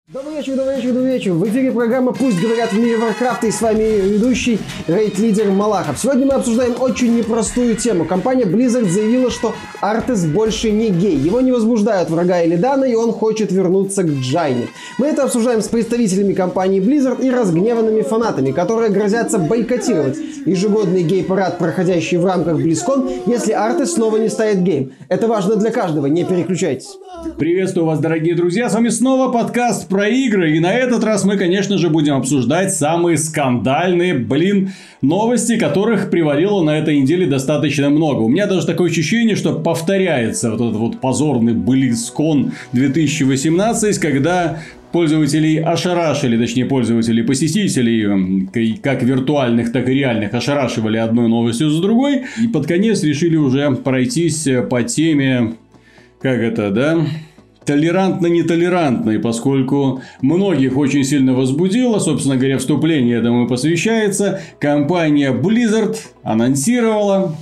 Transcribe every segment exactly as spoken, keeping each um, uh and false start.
Добрый вечер, добрый вечер, добрый вечер. В эфире программа «Пусть говорят в мире Варкрафта» и с вами ее ведущий, рейд-лидер Малахов. Сегодня мы обсуждаем очень непростую тему. Компания Blizzard заявила, что Артес больше не гей. Его не возбуждают врага Илидана, и он хочет вернуться к Джайне. Мы это обсуждаем с представителями компании Blizzard и разгневанными фанатами, которые грозятся бойкотировать ежегодный гей-парад, проходящий в рамках BlizzCon, если Артес снова не станет геем. Это важно для каждого, не переключайтесь. Приветствую вас, дорогие друзья, с вами снова подкаст про игры, и на этот раз мы, конечно же, будем обсуждать самые скандальные, блин, новости, которых привалило на этой неделе достаточно много. У меня даже такое ощущение, что повторяется вот этот вот позорный BlizzCon две тысячи восемнадцать, когда пользователей ошарашили, точнее пользователей, посетителей, как виртуальных, так и реальных, ошарашивали одной новостью за другой, и под конец решили уже пройтись по теме... Как это, да? Толерантно-нетолерантный, поскольку многих очень сильно возбудило, собственно говоря, вступление этому посвящается. Компания Blizzard анонсировала...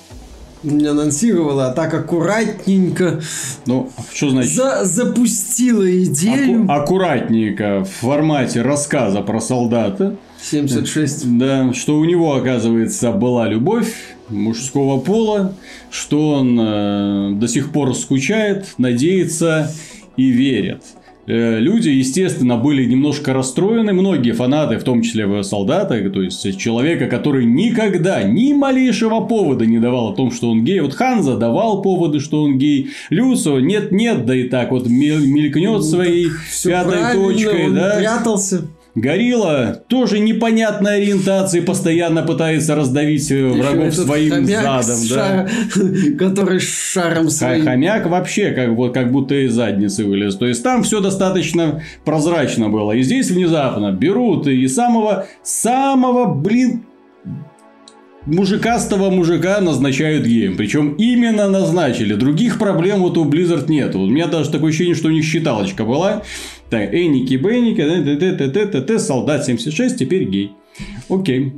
Не анонсировала, а так аккуратненько. Ну, что значит? За запустила идею. Аку- аккуратненько в формате рассказа про солдата. семьдесят шесть. Да, что у него, оказывается, была любовь мужского пола, что он э, до сих пор скучает, надеется и верит. Э, люди, естественно, были немножко расстроены. Многие фанаты, в том числе солдата, то есть человека, который никогда ни малейшего повода не давал о том, что он гей. Вот Ханза давал поводы, что он гей. Люсо нет-нет, да и так вот мелькнет своей Всё пятой точкой. Он да? прятался. Горилла тоже непонятной ориентации, постоянно пытается раздавить врагов своим задом. Да. Шар... который с шаром своим. Хомяк вообще как, вот, как будто из задницы вылез. То есть там все достаточно прозрачно было. И здесь внезапно берут и самого, самого, блин, мужикастого мужика назначают геем. Причем именно назначили. Других проблем вот у Blizzard нет. Вот у меня даже такое ощущение, что у них считалочка была. Так, Энники, Бенники, т-т-т-т-т-т, солдат семьдесят шесть, теперь гей. Окей.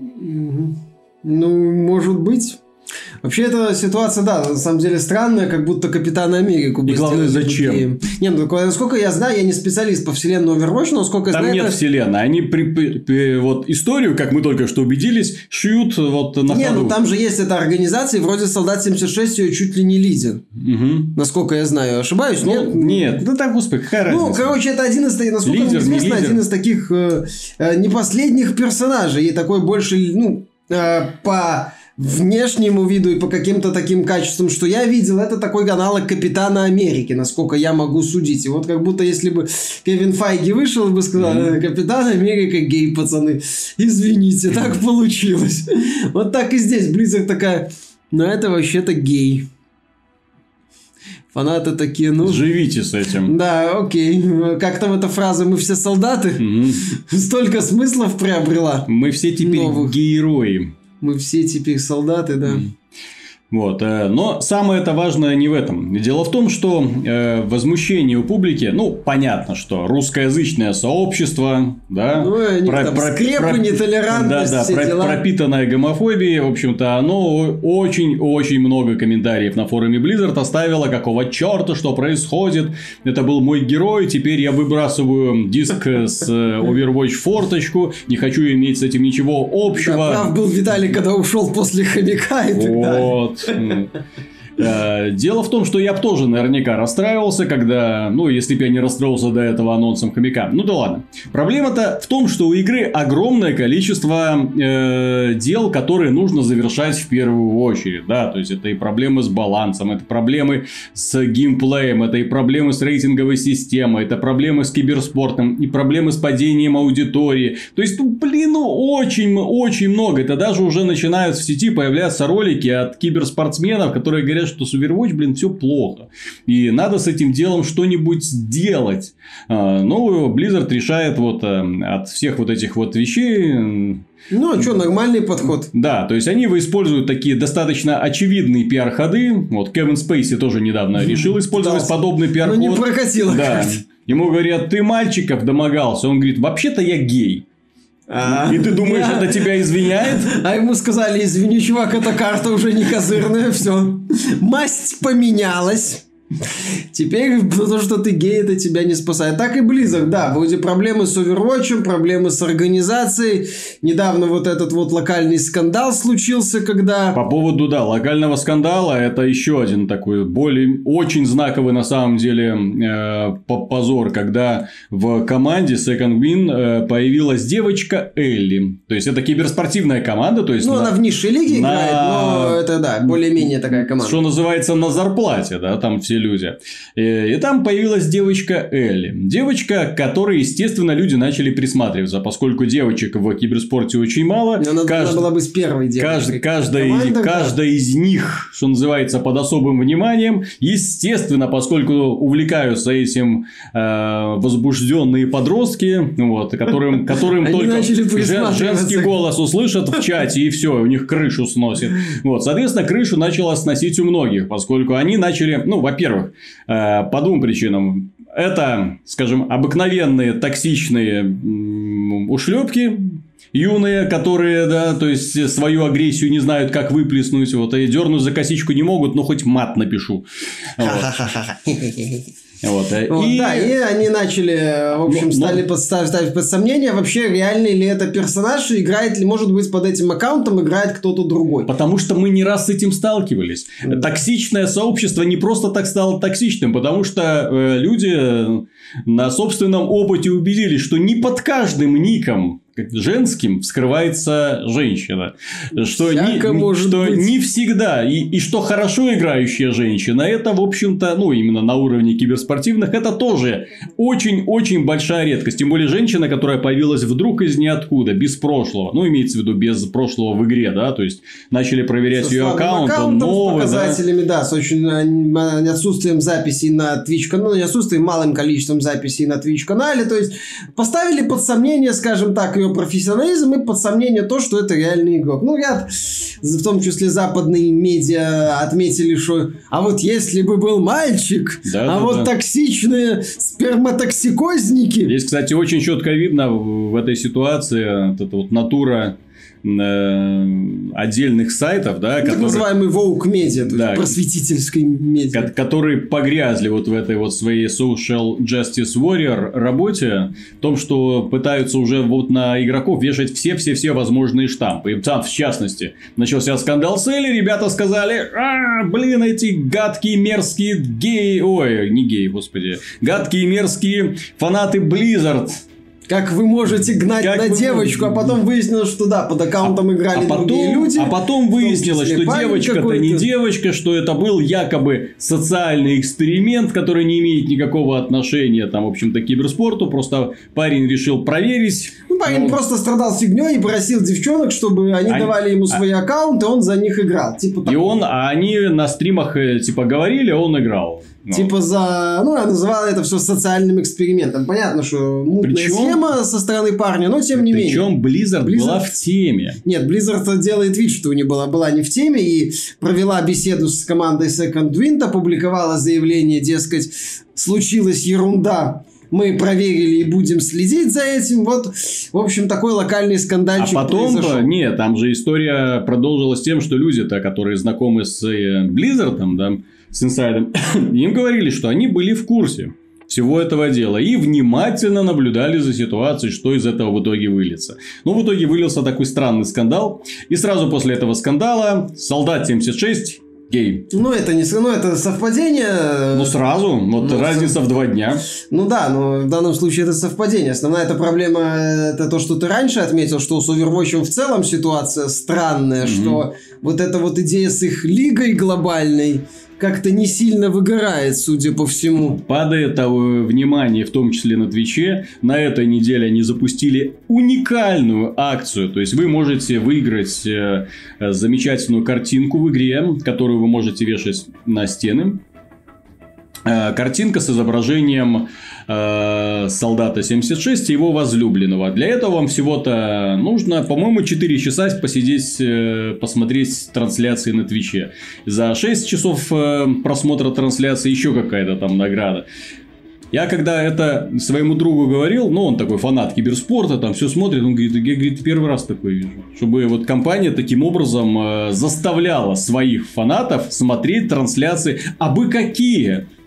Ну, может быть. Вообще, эта ситуация, да, на самом деле странная, как будто Капитан Америку бы и главное, зачем? Геем. Не, ну, насколько я знаю, я не специалист по вселенной Overwatch, но сколько я Там знаю... нет это... вселенной. Они при, при, при, вот историю, как мы только что убедились, шьют вот на Не, ходу. ну там же есть эта организация, и вроде Солдат семьдесят шесть ее чуть ли не лидер. Угу. Насколько я знаю. Ошибаюсь? Ну, нет? Нет. Да так, господи, какая разница? Ну, короче, это один из, насколько лидер, мне известно, не лидер. один из таких э, э, не последних персонажей. И такой больше, ну, э, по... внешнему виду и по каким-то таким качествам, что я видел, это такой аналог Капитана Америки, насколько я могу судить. И вот как будто если бы Кевин Файги вышел и бы сказал: mm-hmm. Капитан Америка гей, пацаны. Извините, так получилось. Вот так и здесь. Blizzard такая: ну это вообще-то гей. Фанаты такие, ну... Живите с этим. Да, окей. Как там эта фраза: мы все солдаты? Mm-hmm. Столько смыслов приобрела. Мы все теперь новых. герои. Мы все теперь солдаты, да. Mm. Вот. Но самое это важное не в этом. Дело в том, что э, возмущение у публики, ну, понятно, что русскоязычное сообщество, да, ну, они про, там про, скрепы, про, нетолерантность, да, да, все про, дела. пропитанное гомофобией, в общем-то, оно очень-очень много комментариев на форуме Blizzard оставило, какого черта, что происходит, это был мой герой, теперь я выбрасываю диск с Overwatch форточку, не хочу иметь с этим ничего общего. Да, прав был Виталий, когда ушел после хомяка и так вот. далее. Дело в том, что я бы тоже наверняка расстраивался, когда, ну, если бы я не расстроился до этого анонсом хомяка. Ну да ладно. Проблема-то в том, что у игры огромное количество э, дел, которые нужно завершать в первую очередь. Да, то есть это и проблемы с балансом, это проблемы с геймплеем, это и проблемы с рейтинговой системой, это проблемы с киберспортом, и проблемы с падением аудитории. То есть, ну, блин, ну, очень-очень много. Это даже уже начинают в сети появляться ролики от киберспортсменов, которые говорят, что с Overwatch, блин, все плохо. И надо с этим делом что-нибудь сделать. Но Blizzard решает вот от всех вот этих вот вещей... Ну, а что, нормальный подход. Да, то есть, они используют такие достаточно очевидные пиар-ходы. Вот Кевин Спейси тоже недавно решил использовать да. подобный пиар-ход. Ну, не прокатило. Да. Ему говорят: ты мальчиков домогался. Он говорит: вообще-то я гей. А, и ты думаешь, да. это тебя извиняет? А ему сказали: извини, чувак, эта карта уже не козырная, все. Масть поменялась. Теперь то, что ты гей, это тебя не спасает. Так и Blizzard, да. Вроде проблемы с Overwatch, проблемы с организацией. Недавно вот этот вот локальный скандал случился, когда... По поводу, да, локального скандала, это еще один такой более... Очень знаковый на самом деле э, позор, когда в команде Second Win э, появилась девочка Элли. То есть, это киберспортивная команда. То есть ну, на... она в низшей лиге на... играет, но это, да, более-менее такая команда. Что называется, на зарплате, да, там все люди. И, и там появилась девочка Элли. Девочка, к которой, естественно, люди начали присматриваться, поскольку девочек в киберспорте очень мало. Она, Кажд... она была бы с первой девочкой. Кажд... Каждая, команды, каждая да. из них, что называется, под особым вниманием. Естественно, поскольку увлекаются этим э, возбужденные подростки, вот, которым, которым только женский голос услышат в чате, и все, у них крышу сносит. Вот, соответственно, крышу начала сносить у многих, поскольку они начали, ну, во-первых, по двум причинам. Это, скажем, обыкновенные токсичные ушлепки юные, которые, да, то есть свою агрессию не знают, как выплеснуть, вот, и дернуть за косичку не могут, но хоть мат напишу. Вот. Вот, вот, и... Да, и они начали, в общем, но, стали но... ставить под сомнение, вообще реальный ли это персонаж, играет ли, может быть, под этим аккаунтом играет кто-то другой. Потому что мы не раз с этим сталкивались. Mm-hmm. Токсичное сообщество не просто так стало токсичным, потому что э, люди на собственном опыте убедились, что не под каждым ником женским вскрывается женщина. Что, не, что не всегда. И, и что хорошо играющая женщина, это, в общем-то, ну, именно на уровне киберспортивных, это тоже очень-очень большая редкость. Тем более, женщина, которая появилась вдруг из ниоткуда, без прошлого. Ну, имеется в виду, без прошлого в игре, да. То есть, начали проверять ее аккаунт, он новый. С показателями, да. да, с очень отсутствием записей на Twitch, ну, не отсутствием, малым количеством записей на Twitch канале. То есть, поставили под сомнение, скажем так, профессионализм и под сомнение то, что это реальный игрок. Ну, ряд, в том числе западные медиа отметили, что а вот если бы был мальчик, да, а да, вот да. токсичные сперматоксикозники. Здесь, кстати, очень четко видно в этой ситуации вот эта вот натура отдельных сайтов, да, так которые... называемый woke медиа, да, просветительской медиа, которые погрязли вот в этой вот своей social justice warrior работе, в том, что пытаются уже вот на игроков вешать все-все-все возможные штампы. И там, в частности, начался скандал с Элли, ребята сказали, а, блин, эти гадкие мерзкие геи, ой, не геи, господи, гадкие мерзкие фанаты Blizzard. Как вы можете гнать как на девочку, можете... а потом выяснилось, что да, под аккаунтом а, играли а потом, другие люди. А потом выяснилось, что девочка-то не девочка, что это был якобы социальный эксперимент, который не имеет никакого отношения, там, в общем-то, к киберспорту. Просто парень решил проверить. Ну, парень но... просто страдал фигней и просил девчонок, чтобы они а... давали ему свои а... аккаунты, он за них играл. Типа и он, а они на стримах, типа, говорили, а он играл. Ну. Типа за... Ну, я называла это все социальным экспериментом. Понятно, что мутная Причем... схема со стороны парня, но тем не Причем менее. Blizzard, Blizzard была в теме. Нет, Blizzard делает вид, что у нее была, была не в теме. И провела беседу с командой Second Wind, опубликовала заявление, дескать, случилась ерунда. Мы проверили и будем следить за этим. Вот, в общем, такой локальный скандальчик а потом, произошел. Нет, там же история продолжилась тем, что люди-то, которые знакомы с Blizzard, да, с инсайдом, им говорили, что они были в курсе всего этого дела и внимательно наблюдали за ситуацией, что из этого в итоге выльется. Но в итоге вылился такой странный скандал. И сразу после этого скандала Солдат семьдесят шесть гей. Ну, это не ну, это совпадение. Ну, сразу. Вот ну, разница в два дня. Ну, да, но в данном случае это совпадение. Основная эта проблема, это то, что ты раньше отметил, что с Overwatch в целом ситуация странная, mm-hmm. что вот эта вот идея с их лигой глобальной как-то не сильно выгорает, судя по всему. Падает внимание, в том числе на Твиче. На этой неделе они запустили уникальную акцию. То есть, вы можете выиграть э, замечательную картинку в игре, которую вы можете вешать на стены. Э, картинка с изображением э, Солдата семьдесят шесть и его возлюбленного. Для этого вам всего-то нужно, по-моему, четыре часа посидеть, э, посмотреть трансляции на Твиче. За шесть часов э, просмотра трансляции еще какая-то там награда. Я когда это своему другу говорил, ну, он такой фанат киберспорта, там все смотрит, он говорит, я, говорит, первый раз такое вижу. Чтобы вот компания таким образом э, заставляла своих фанатов смотреть трансляции, абы какие.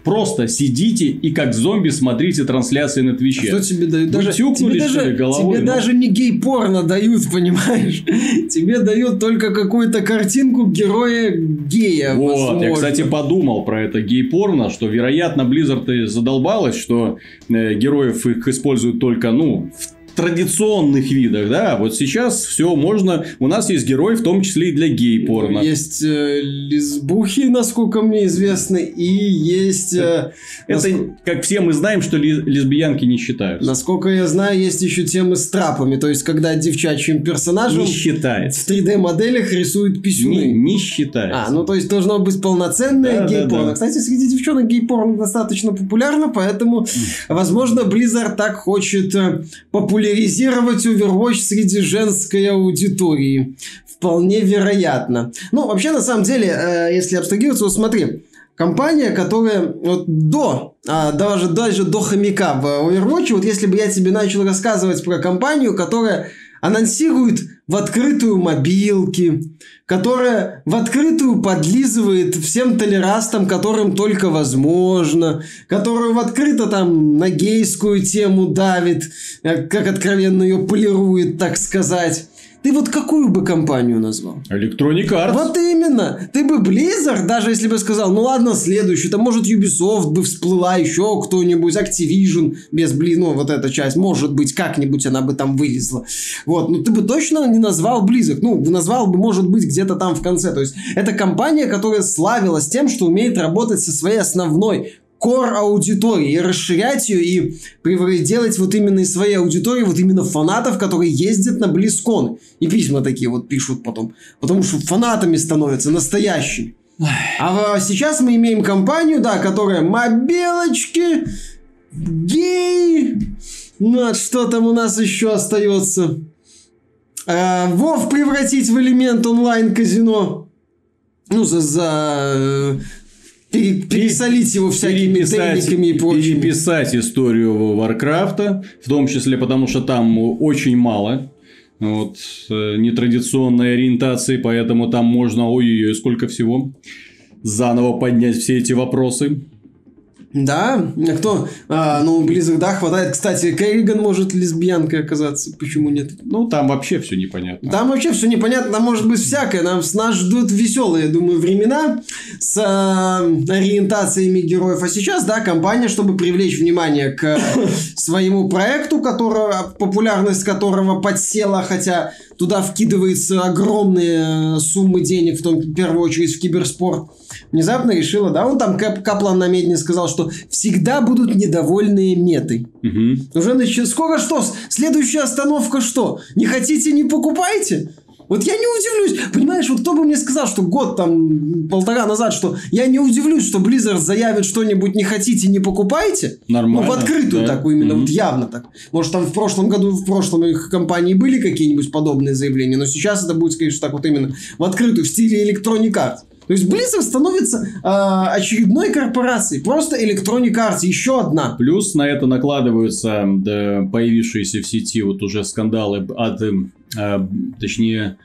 просто сидите и как зомби смотрите трансляции на Твиче. Что тебе дают? Вы даже, тюкнули, тебе что даже, ли, головой? Тебе ну? даже не гей-порно дают, понимаешь? Тебе дают только какую-то картинку героя гея. Вот, возможно. я, кстати, подумал про это гей-порно, что, вероятно, Blizzard задолбалась, что э, героев их используют только, ну, в традиционных видах, да, вот сейчас все можно, у нас есть герой, в том числе и для гей-порно. Есть э, лесбухи, насколько мне известно, и есть... Э, Это, наск... как все мы знаем, что ли, лесбиянки не считаются. Насколько я знаю, есть еще темы с трапами, то есть, когда девчачьим персонажем Не считается. в три дэ-моделях рисуют писюны. Не, не считается. А, ну то есть, должно быть полноценное Да, гей-порно. да, да. Кстати, среди девчонок гей-порно достаточно популярно, поэтому, возможно, Blizzard так хочет э, популяризировать Overwatch среди женской аудитории. Вполне вероятно. Ну, вообще, на самом деле, э, если абстрагироваться, вот смотри, компания, которая вот до, а, даже, даже до хомяка в Overwatch, вот если бы я тебе начал рассказывать про компанию, которая анонсирует в открытую мобилки, которая в открытую подлизывает всем толерастам, которым только возможно, которая в открыто там на гейскую тему давит, как откровенно ее полирует, так сказать. Ты вот какую бы компанию назвал? Electronic Arts. Вот именно. Ты бы Blizzard, даже если бы сказал, ну ладно, следующий, там может Ubisoft бы всплыла, еще кто-нибудь, Activision, без Blizzard, ну вот эта часть, может быть, как-нибудь она бы там вылезла. Вот, ну ты бы точно не назвал Blizzard, ну, назвал бы, может быть, где-то там в конце. То есть, это компания, которая славилась тем, что умеет работать со своей основной кор-аудитории и расширять ее и делать вот именно из своей аудитории вот именно фанатов, которые ездят на BlizzCon. И письма такие вот пишут потом. Потому что фанатами становятся настоящими. А сейчас мы имеем компанию, да, которая мобилочки, гей, ну, что там у нас еще остается? А, Вов превратить в элемент онлайн-казино. Ну, за... за пересолить его всякими дейниками и прочими. Переписать историю Варкрафта, в том числе потому, что там очень мало вот, нетрадиционной ориентации, поэтому там можно, ой-ой-ой, сколько всего, заново поднять все эти вопросы. Да, а кто? А, ну, Blizzard, да, хватает. Кстати, Керриган может лесбиянкой оказаться. Почему нет? Ну, там вообще все непонятно. Там вообще все непонятно. Там может быть всякое. Нам, нас ждут веселые, думаю, времена с э, ориентациями героев. А сейчас, да, компания, чтобы привлечь внимание к своему проекту, которого, популярность которого подсела, хотя туда вкидывается огромные суммы денег, в, том, в первую очередь в киберспорт, внезапно решила, да, он там Кап, Каплан на медне сказал, что всегда будут недовольные метой. Угу. Уже начали, скоро что? Следующая остановка что? Не хотите, не покупайте? Вот я не удивлюсь. Понимаешь, вот кто бы мне сказал, что год там, полтора назад, что я не удивлюсь, что Blizzard заявит что-нибудь, не хотите, не покупайте. Нормально. Ну, в открытую да. такую именно, mm-hmm. вот явно так. Может, там в прошлом году, в прошлом их компании были какие-нибудь подобные заявления, но сейчас это будет, конечно, так вот именно в открытую, в стиле Electronic Arts. То есть Blizzard становится э, очередной корпорацией. Просто Electronic Arts, еще одна. Плюс на это накладываются да, появившиеся в сети вот уже скандалы от, э, точнее,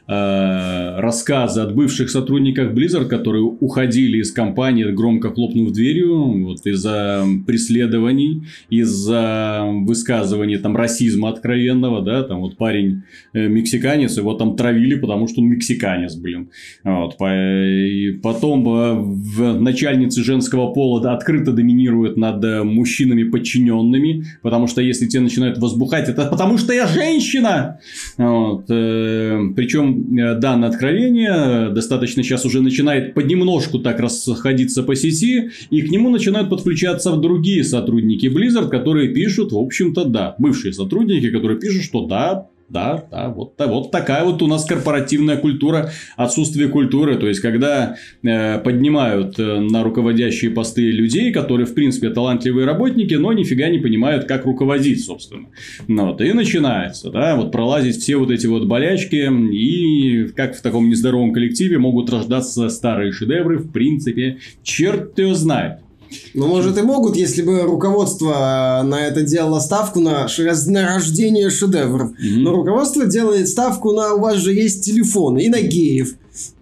э, рассказы от бывших сотрудников Blizzard, которые уходили из компании, громко хлопнув дверью, вот, из-за преследований, из-за высказывания там расизма откровенного, да, там вот парень э, мексиканец, его там травили, потому что он мексиканец, блин. Вот, по, и потом э, в начальнице женского пола да, открыто доминирует над э, мужчинами подчиненными, потому что если те начинают возбухать, это потому что я женщина! Вот, э, причем данное откровение достаточно сейчас уже начинает понемножку так расходиться по сети, и к нему начинают подключаться другие сотрудники Blizzard, которые пишут, в общем-то, да, бывшие сотрудники, которые пишут, что да, да, да, вот, да, вот такая вот у нас корпоративная культура, отсутствие культуры, то есть, когда э, поднимают э, на руководящие посты людей, которые, в принципе, талантливые работники, но нифига не понимают, как руководить, собственно. Ну, вот, и начинается, да, вот пролазить все вот эти вот болячки, и как в таком нездоровом коллективе могут рождаться старые шедевры, в принципе, черт его знает. Ну, может, и могут, если бы руководство на это делало ставку на, на рождение шедевров. Mm-hmm. Но руководство делает ставку на... У вас же есть телефоны и на геев.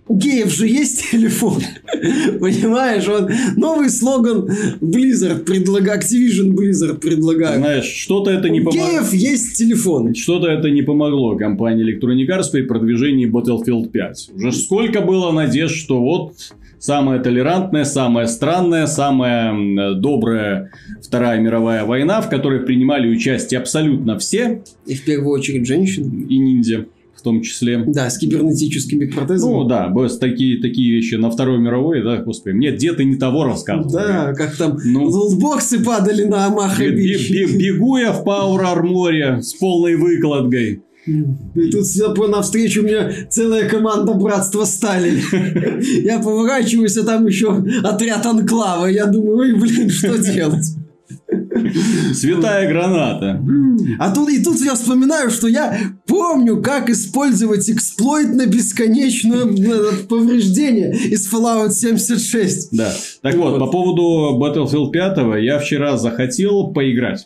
у геев же есть телефон. Понимаешь, вот новый слоган Blizzard предлагает, Activision Blizzard предлагает. Знаешь, что-то это не помогло. У геев есть телефон. Что-то это не помогло компании Electronic Arts при продвижении Battlefield пять. Уже сколько было надежд, что вот самая толерантная, самая странная, самая добрая Вторая мировая война, в которой принимали участие абсолютно все. И в первую очередь женщины. И ниндзя. В том числе. Да, с кибернетическими протезами. Ну да, такие, такие вещи на Второй мировой, да, господи. Мне где-то не того рассказывал. Да, как там ну, лутбоксы падали на Амаха Бич. Бегу я в Power Armor с полной выкладкой. И тут навстречу мне целая команда Братства Стали. Я поворачиваюсь, а там еще отряд Анклава. Я думаю, ой, блин, что делать? Святая граната. А тут и тут я вспоминаю, что я помню, как использовать эксплойт на бесконечное повреждение из Fallout семьдесят шесть. Да. Так вот, вот, по поводу Battlefield пять я вчера захотел поиграть.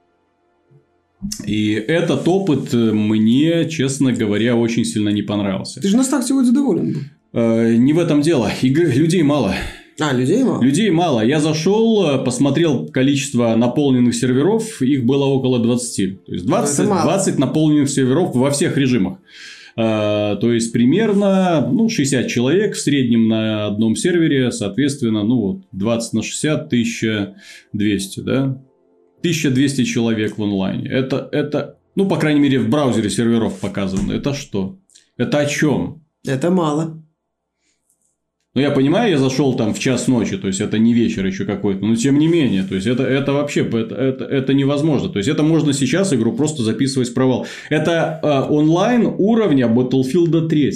И этот опыт мне, честно говоря, очень сильно не понравился. Ты же на старте сегодня доволен был. Э, не в этом дело. Игр... Людей мало. А, людей мало? Людей мало. Я зашел, посмотрел количество наполненных серверов. Их было около двадцати. То есть двадцать, двадцать наполненных серверов во всех режимах. Э, то есть примерно ну, шестьдесят человек в среднем на одном сервере. Соответственно, ну, двадцать на шестьдесят, тысяча двести, да? тысяча двести человек в онлайне. Это, это, ну, по крайней мере, в браузере серверов показано. Это что? Это о чем? Это мало. Ну, я понимаю, я зашел там в час ночи, то есть, это не вечер еще какой-то, но тем не менее, то есть, это, это вообще, это, это, это невозможно. То есть, это можно сейчас игру просто записывать в провал. Это э, онлайн уровня Battlefield три.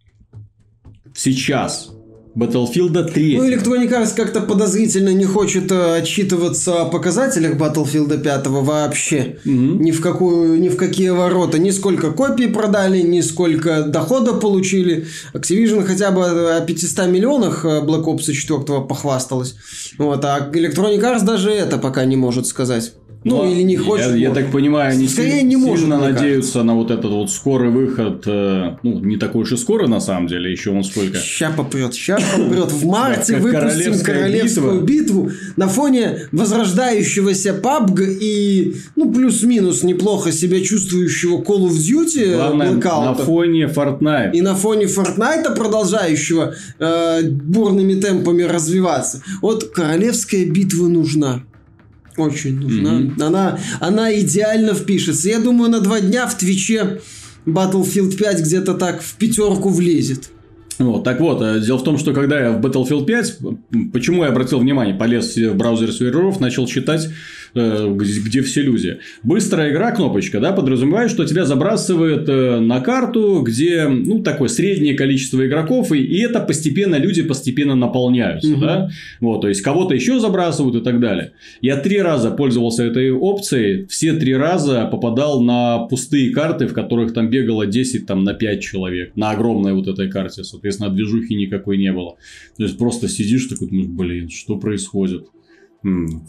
Сейчас. Battlefield три. Ну, Electronic Arts как-то подозрительно не хочет э, отчитываться о показателях Battlefield пять вообще. Угу. Ни в какую, ни в какие ворота. Ни сколько копий продали, ни сколько дохода получили. Activision хотя бы о пятистах миллионах Black Ops четыре похвасталась. Вот, а Electronic Arts даже это пока не может сказать. Ну, но или не хочет. Я, я так понимаю, они скорее сильно, не может, сильно надеются на вот этот вот скорый выход. Э, ну, не такой уж и скоро, на самом деле, еще он сколько. Ща попрет, ща попрет. В марте выпустим королевскую битву на фоне возрождающегося пабг и, ну, плюс-минус неплохо себя чувствующего Call of Duty. Главное, на фоне Fortnite. И на фоне Fortnite, продолжающего э, бурными темпами развиваться. Вот королевская битва нужна. Очень нужна. Mm-hmm. Она, она идеально впишется. Я думаю, на два дня в Твиче Battlefield пять где-то так в пятерку влезет. Вот, так вот, дело в том, что когда я в Battlefield пять, почему я обратил внимание, полез в браузер серверов, начал читать, где все люди. Быстрая игра, кнопочка, да, подразумевает, что тебя забрасывает на карту, где, ну, такое среднее количество игроков, и, и это постепенно, люди постепенно наполняются, угу. да, вот, то есть, кого-то еще забрасывают и так далее. Я три раза пользовался этой опцией, все три раза попадал на пустые карты, в которых там бегало десять там, на пять человек, на огромной вот этой карте, соответственно, движухи никакой не было. То есть, просто сидишь такой, думаешь, блин, что происходит? М-м.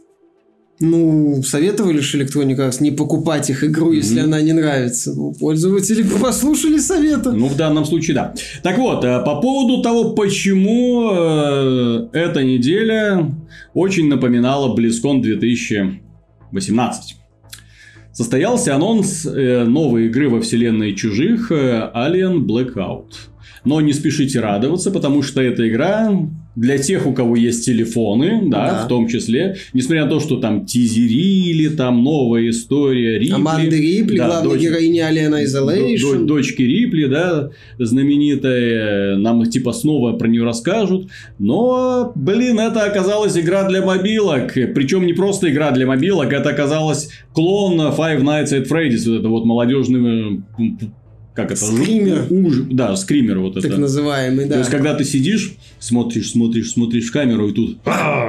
Ну, советовали же Electronic Arts не покупать их игру, если mm-hmm. она не нравится. Ну, пользователи послушали совета. Ну, в данном случае, да. Так вот, по поводу того, почему э, эта неделя очень напоминала BlizzCon две тысячи восемнадцать. Состоялся анонс э, новой игры во вселенной Чужих э, Alien Blackout. Но не спешите радоваться, потому что эта игра для тех, у кого есть телефоны, да, да. в том числе, несмотря на то, что там тизерили, там новая история Рипли. Аманда Рипли, да, главной дочь, героиня Alien Isolation. Д- дочки Рипли, да, знаменитая, нам типа снова про нее расскажут. Но, блин, это оказалась игра для мобилок. Причем не просто игра для мобилок, это оказалась клон Five Nights at Freddy's, вот это вот молодежный... Как это? Скример. Уж... Да, скример вот так это. Так называемый, да. То есть, когда ты сидишь, смотришь, смотришь, смотришь в камеру, и тут...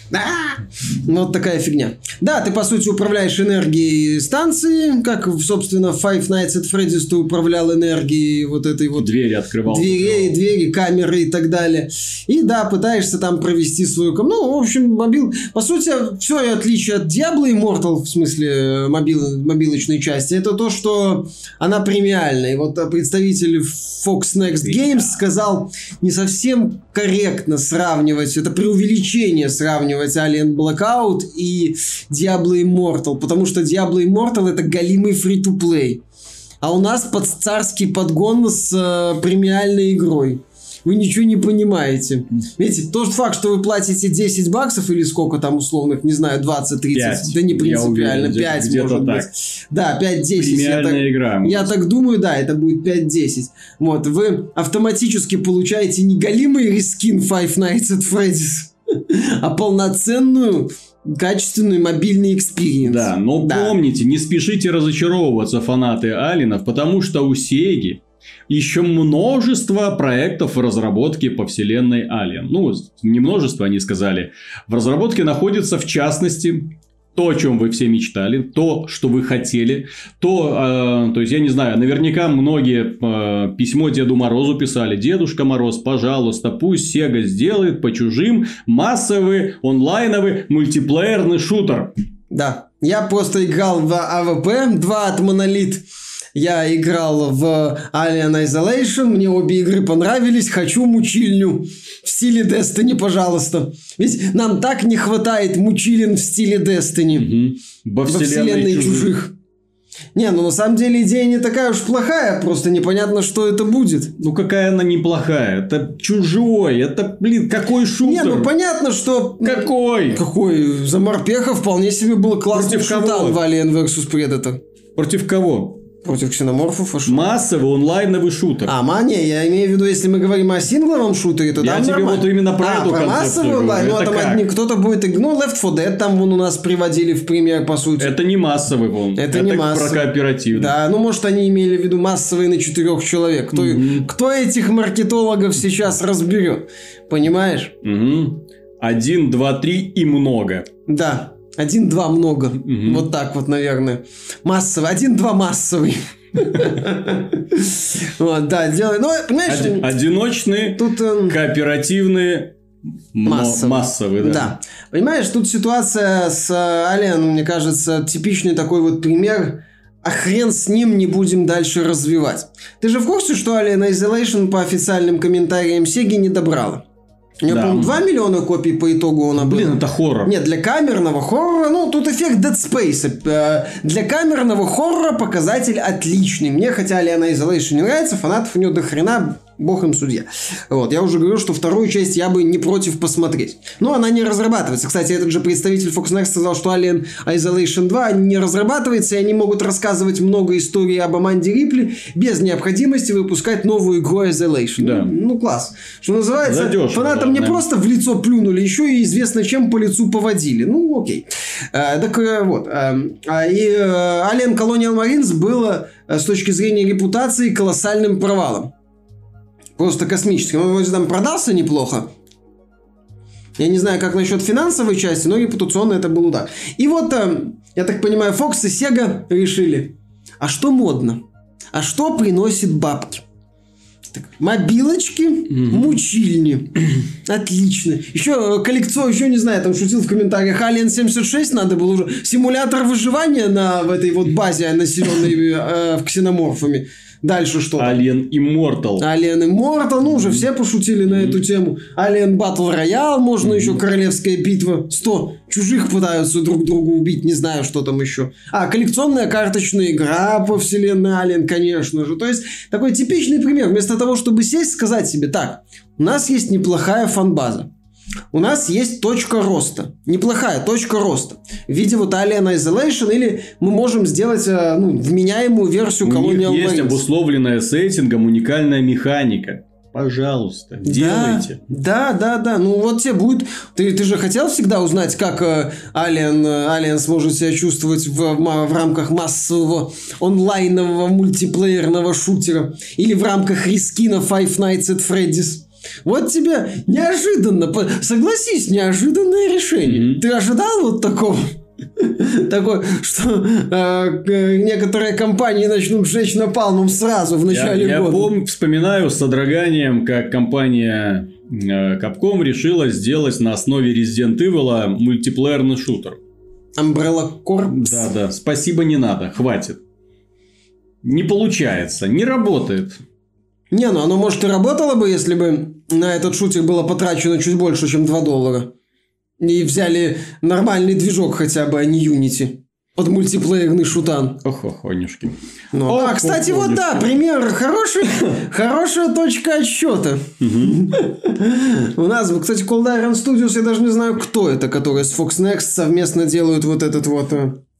Вот такая фигня. Да, ты, по сути, управляешь энергией станции, как, собственно, в Five Nights at Freddy's ты управлял энергией вот этой вот... Двери открывал. Дверей, открывал. двери, камеры и так далее. И, да, пытаешься там провести свою... Ну, в общем, мобил... По сути, все отличие от Diablo Immortal, в смысле мобил... мобилочной части, это то, что она премиальная. И вот представитель Fox Next Games сказал, не совсем корректно сравнивать, это преувеличение сравнивать Alien Blackout и Diablo Immortal, потому что Diablo Immortal это голимый free-to-play, а у нас под царский подгон с э, премиальной игрой. Вы ничего не понимаете. Видите, тот факт, что вы платите десять баксов или сколько там условных, не знаю, двадцать-тридцать, да не принципиально, уверен, пять где-то, может где-то быть. Так. Да, пять-десять. Премиальная я игра. Так, я так думаю, да, это будет пять-десять. Вот, вы автоматически получаете не голимый рескин Five Nights at Freddy's, а полноценную качественный мобильный экспириенс. Да, но да. Помните, не спешите разочаровываться, фанаты Алинов, потому что у Сеги еще множество проектов в разработке по вселенной Alien. Ну, не множество, они сказали. В разработке находится, в частности, то, о чем вы все мечтали, то, что вы хотели, то, э, то есть, я не знаю, наверняка многие э, письмо Деду Морозу писали: Дедушка Мороз, пожалуйста, пусть Sega сделает по чужим массовый онлайновый мультиплеерный шутер. Да, я просто играл в а вэ пэ два от Monolith. Я играл в Alien Isolation, мне обе игры понравились, хочу мучильню в стиле Destiny, пожалуйста. Ведь нам так не хватает мучилин в стиле Destiny. Угу. Во, Во вселенной чужих. чужих. Не, ну на самом деле идея не такая уж плохая, просто непонятно, что это будет. Ну какая она неплохая, это чужой, это, блин, какой шутер? Не, ну понятно, что... Какой? Какой? За морпеха вполне себе был классный шутан в Alien versus Predator. Против кого? Против ксеноморфов, а что? Массовый онлайновый шутер. А, мания, я имею в виду, если мы говорим о сингловом шутере, то я там тебе нормально. Вот именно про а, эту про концепцию массовый онлайн, ну, там одни, кто-то будет... Ну, Left four Dead там вон у нас приводили в пример, по сути. Это не массовый вон. Это, это не массовый. Про кооперативный. Да, ну, может, они имели в виду массовый на четырех человек. Кто, mm-hmm. кто этих маркетологов сейчас разберет? Понимаешь? Угу. Один, два, три и много. Да. Один-два много. Угу. Вот так вот, наверное. Массовый. Один-два массовый. Вот, да, делай. Ну, понимаешь, одиночные, тут кооперативные, массовые. массовые, да. Да. Понимаешь, тут ситуация с Alien, мне кажется, типичный такой вот пример. А хрен с ним, не будем дальше развивать. Ты же в курсе, что Alien Isolation по официальным комментариям Сеги не добрала? У него, да. по-моему, два миллиона копий по итогу он был. Блин, это хоррор. Нет, для камерного хоррора, ну, тут эффект Dead Space. Для камерного хоррора показатель отличный. Мне, хотя Alien Isolation не нравится, фанатов у него до хрена, бог им судья. Вот, я уже говорю, что вторую часть я бы не против посмотреть. Но она не разрабатывается. Кстати, этот же представитель Fox Next сказал, что Alien Isolation два не разрабатывается, и они могут рассказывать много историй об Аманде Рипли без необходимости выпускать новую игру Isolation. Да. Ну, ну, класс. Что называется, задешево, фанатам не просто в лицо плюнули, еще и известно, чем по лицу поводили. Ну, окей. А, так вот. А, и Alien Colonial Marines было с точки зрения репутации колоссальным провалом. Просто космическим. Он вроде там продался неплохо. Я не знаю, как насчет финансовой части, но репутационно это был удар. И вот, я так понимаю, Fox и Sega решили, а что модно? А что приносит бабки? Так, мобилочки, mm-hmm. мучильни. Отлично. Еще коллекцию, еще не знаю, там шутил в комментариях, Alien семьдесят шесть надо было уже. Симулятор выживания на, в этой вот базе, населенной э, ксеноморфами. Дальше что? Alien Immortal. Alien Immortal, ну уже все пошутили mm-hmm. на эту тему. Alien Battle Royale, можно mm-hmm. еще Королевская битва. сто чужих пытаются друг друга убить, не знаю, что там еще. А, коллекционная карточная игра по вселенной Alien, конечно же. То есть, такой типичный пример. Вместо того, чтобы сесть, сказать себе, так, у нас есть неплохая фан-база. У нас есть точка роста. Неплохая точка роста. В виде вот Alien Isolation, или мы можем сделать ну, вменяемую версию Colonial Marines. У них есть обусловленная сеттингом уникальная механика. Пожалуйста, делайте. Да, да, да. Ну вот тебе будет... Ты, ты же хотел всегда узнать, как э, Alien, Alien сможет себя чувствовать в, в, в рамках массового онлайнового мультиплеерного шутера. Или в рамках рискина Five Nights at Freddy's. Вот тебе неожиданно, согласись, неожиданное решение. Mm-hmm. Ты ожидал вот такого? Такой, что э, некоторые компании начнут жечь напалмом сразу в начале я, года. Я помню, вспоминаю с содроганием, как компания э, Capcom решила сделать на основе Resident Evil мультиплеерный шутер. Umbrella Corps. Да, да. Спасибо, не надо. Хватит. Не получается. Не работает. Не, ну оно, может, и работало бы, если бы на этот шутер было потрачено чуть больше, чем два доллара. И взяли нормальный движок хотя бы, а не Unity. Под мультиплеерный шутан. Ох-охонюшки. Ну, а, кстати, вот да, пример. Хороший, хорошая точка отсчета. У нас, кстати, Cold Iron Studios, я даже не знаю, кто это, которые с Fox Next совместно делают вот этот вот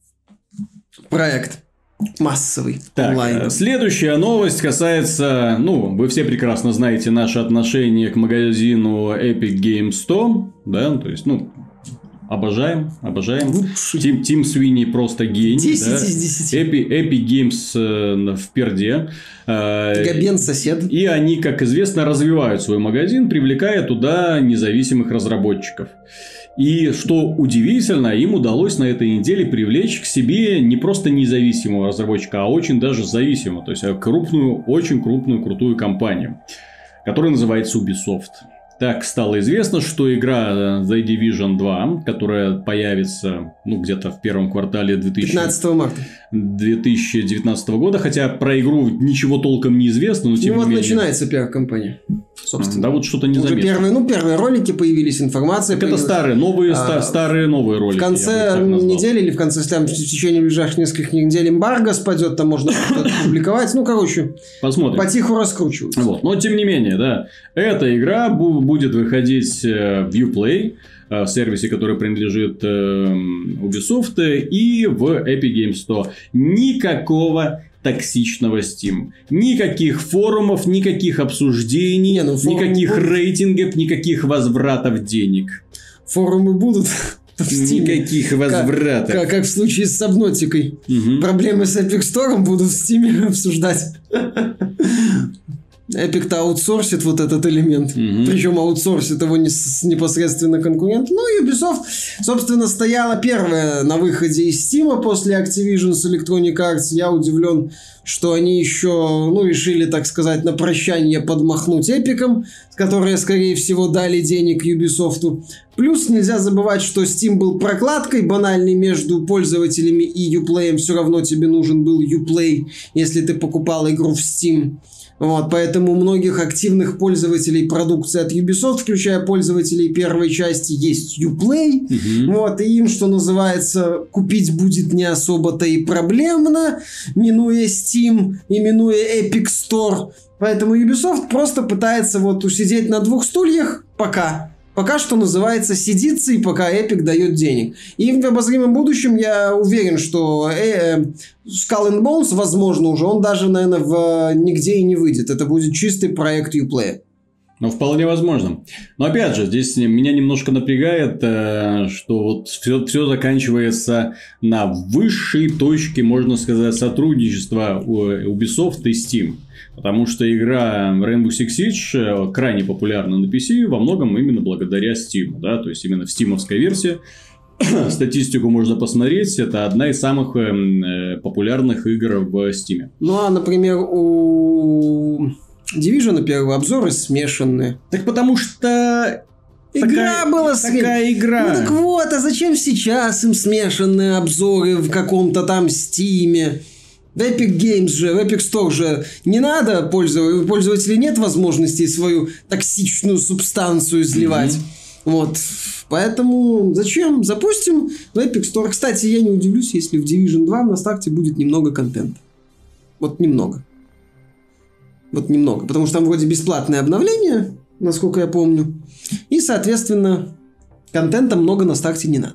проект. Массовый. Так, онлайн. Следующая новость касается, ну, вы все прекрасно знаете наше отношение к магазину Epic Games сто, да, то есть, ну, обожаем, обожаем. Тим, Тим Свини просто гений. десять да? из десяти. Epic, Epic Games э, в перде. Э, Габен сосед. И они, как известно, развивают свой магазин, привлекая туда независимых разработчиков. И что удивительно, им удалось на этой неделе привлечь к себе не просто независимого разработчика, а очень даже зависимого. То есть крупную, очень крупную, крутую компанию, которая называется Ubisoft. Так стало известно, что игра The Division два, которая появится ну, где-то в первом квартале две тысячи... пятнадцатого марта две тысячи девятнадцатого года, хотя про игру ничего толком не известно, но тем ну, не вот менее... начинается пиар-компания. Собственно. Да, вот что-то незаметно. Первые, ну, первые ролики появились, информация. Так это старые, новые, а, ста- старые, новые ролики. В конце недели или в конце, в течение ближайших нескольких недель эмбарго спадет, там можно что-то публиковать. Ну, короче, посмотрим. Потиху раскручиваются. Вот. Но, тем не менее, да, эта игра бу- будет выходить в Uplay, в сервисе, который принадлежит э, Ubisoft, и в Epic Games сто. Никакого токсичного Steam. Никаких форумов, никаких обсуждений, Не, ну, никаких будут. рейтингов, никаких возвратов денег. Форумы будут в Steam. Никаких возвратов. Как, как, как в случае с Subnautica. Угу. Проблемы с Epic Store будут в Steam обсуждать. Epic-то аутсорсит вот этот элемент. Mm-hmm. Причем аутсорсит его не с, непосредственно конкурент. Ну и Ubisoft, собственно, стояла первая на выходе из Steam после Activision с Electronic Arts. Я удивлен, что они еще ну, решили, так сказать, на прощание подмахнуть Эпиком, которые, скорее всего, дали денег Ubisoft. Плюс нельзя забывать, что Steam был прокладкой банальной между пользователями и Uplay. Все равно тебе нужен был Uplay, если ты покупал игру в Steam. Вот, поэтому у многих активных пользователей продукции от Ubisoft, включая пользователей первой части, есть Uplay. Mm-hmm. Вот, и им, что называется, купить будет не особо-то и проблемно, минуя Steam и минуя Epic Store. Поэтому Ubisoft просто пытается вот усидеть на двух стульях пока. Пока что называется сидится, и пока Epic дает денег. И в обозримом будущем я уверен, что э, э, Skull and Bones, возможно, уже он даже, наверное, в, нигде и не выйдет. Это будет чистый проект Uplay. Ну, вполне возможно. Но, опять же, здесь меня немножко напрягает, э, что вот все, все заканчивается на высшей точке, можно сказать, сотрудничества Ubisoft и Steam. Потому что игра Rainbow Six Siege крайне популярна на пи си во многом именно благодаря Steam. Да? То есть, именно в стимовской версии. Статистику можно посмотреть. Это одна из самых э, популярных игр в Steam. Ну, а, например, у Division первые обзоры смешанные. Так потому что... Игра такая, была такая сме... игра. Ну так вот, а зачем сейчас им смешанные обзоры в каком-то там Стиме? В Epic Games же, в Epic Store же не надо пользователю, у пользователей нет возможности свою токсичную субстанцию изливать. Mm-hmm. Вот. Поэтому зачем? Запустим в Epic Store. Кстати, я не удивлюсь, если в Division два на старте будет немного контента. Вот немного. Вот немного. Потому что там вроде бесплатное обновление, насколько я помню. И, соответственно, контента много на старте не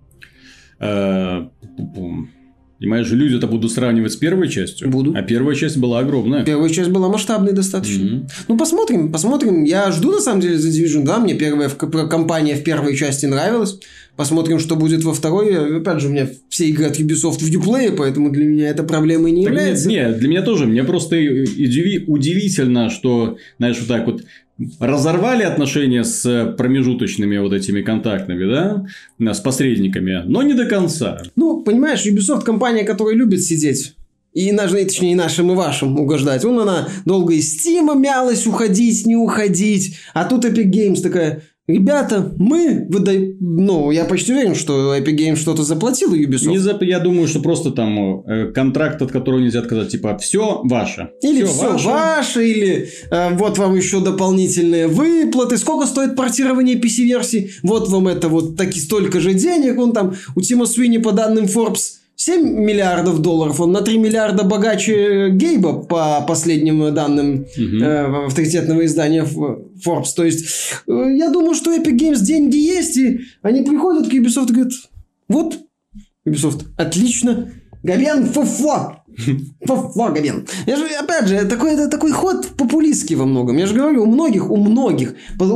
надо. Понимаешь, люди это будут сравнивать с первой частью. Буду. А первая часть была огромная. Первая часть была масштабной достаточно. Mm-hmm. Ну, посмотрим, посмотрим. Я жду, на самом деле, за Division два. Мне первая компания в первой части нравилась. Посмотрим, что будет во второй. Опять же, у меня все игры от Ubisoft в Uplay, поэтому для меня это проблемой не так является. Нет, нет, для меня тоже. Мне просто удивительно, что, знаешь, вот так вот разорвали отношения с промежуточными вот этими контактными, да, с посредниками, но не до конца. Ну, понимаешь, Ubisoft компания, которая любит сидеть. И, точнее, и нашим, и вашим угождать. Вон она долго из Steam мялась, уходить, не уходить. А тут Epic Games такая... Ребята, мы выдаем... Ну, я почти уверен, что Epic Games что-то заплатил Ubisoft. Не зап... Я думаю, что просто там э, контракт, от которого нельзя отказать. Типа, все ваше. Или все ваше, ваше или э, вот вам еще дополнительные выплаты. Сколько стоит портирование пи си-версий? Вот вам это вот таки столько же денег. Вон там у Тима Суини по данным Forbes семь миллиардов долларов. Он на три миллиарда богаче Гейба по последним данным угу. э, авторитетного издания Forbes. То есть, э, я думаю, что Epic Games деньги есть, и они приходят к Ubisoft и говорят, вот, Ubisoft, отлично, Габен, фу-фу. Фу-фу, Габен. Я же, опять же, такой, это такой ход популистский во многом. Я же говорю, у многих, у многих,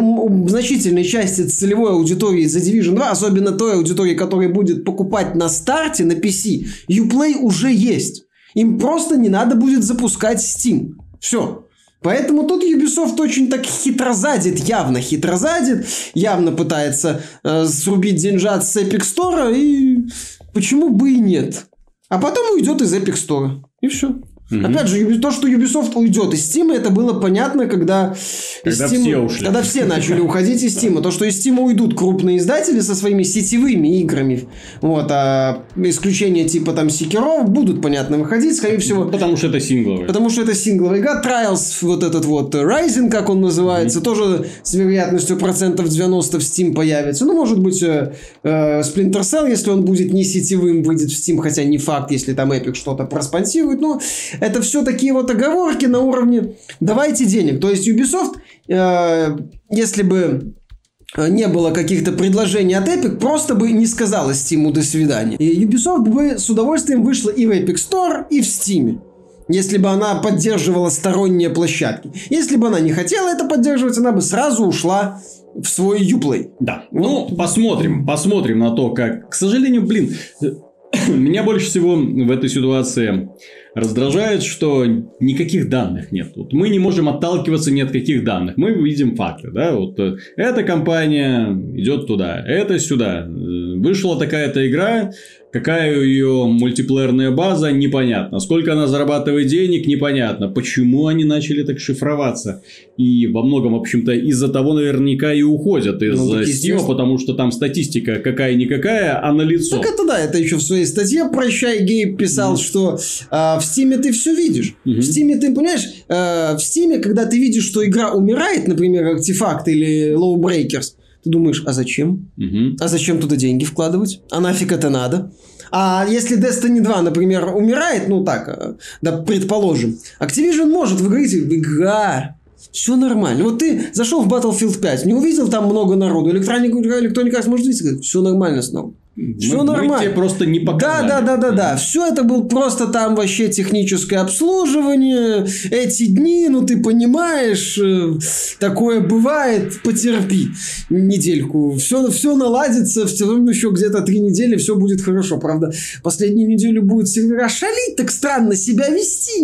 у значительной части целевой аудитории за Division два, особенно той аудитории, которая будет покупать на старте на пи си, Uplay уже есть. Им просто не надо будет запускать Steam. Все. Поэтому тут Ubisoft очень так хитрозадит, явно хитрозадит, явно пытается э, срубить деньжат с Epic Store, и почему бы и нет. А потом уйдет из Epic Store. И все. Mm-hmm. Опять же, то, что Ubisoft уйдет из Steam, это было понятно, когда... Когда Steam... все ушли. Когда все начали уходить из Steam. То, что из Steam уйдут крупные издатели со своими сетевыми играми. Вот. А исключения типа там Sekiro будут, понятно, выходить, скорее всего. Потому что это сингловая. Потому что это сингловая игра. Trials, вот этот вот Rising, как он называется, mm-hmm. тоже с вероятностью процентов девяносто в Steam появится. Ну, может быть, э, э, Splinter Cell, если он будет не сетевым, выйдет в Steam, хотя не факт, если там Epic что-то проспонсирует. Но это все такие вот оговорки на уровне «давайте денег». То есть Ubisoft, э, если бы не было каких-то предложений от Epic, просто бы не сказала Steam «до свидания». И Ubisoft бы с удовольствием вышла и в Epic Store, и в Steam. Если бы она поддерживала сторонние площадки. Если бы она не хотела это поддерживать, она бы сразу ушла в свой Uplay. Да. Ну, посмотрим. Посмотрим на то, как... К сожалению, блин... Меня больше всего в этой ситуации раздражает, что никаких данных нет. Вот мы не можем отталкиваться ни от каких данных. Мы видим факты. Да? Вот эта компания идет туда, это сюда. Вышла такая-то игра, какая ее мультиплеерная база, непонятно. Сколько она зарабатывает денег, непонятно. Почему они начали так шифроваться? И во многом, в общем-то, из-за того наверняка и уходят из ну, Steam, потому что там статистика какая-никакая, а налицо. Так это да, это еще в своей статье «Прощай, Гейб» писал, mm-hmm. что э, в Steam ты все видишь. Mm-hmm. В Steam ты, понимаешь, э, в Steam, когда ты видишь, что игра умирает, например, Артефакт или Low Breakers, ты думаешь, а зачем? Mm-hmm. А зачем туда деньги вкладывать? А нафиг это надо? А если Destiny два, например, умирает, ну так, да, предположим, Activision может выиграть игра. Все нормально. Вот ты зашел в Battlefield пять, не увидел там много народу, Electronic Arts может видеть, все нормально снова. Все мы, нормально. Мы тебе просто не показали. Да, да, да, да, да. Все это был просто там вообще техническое обслуживание. Эти дни, ну ты понимаешь, такое бывает, потерпи недельку. Все, все наладится, все равно еще где-то три недели все будет хорошо. Правда, последнюю неделю будет сервера шалить, так странно себя вести.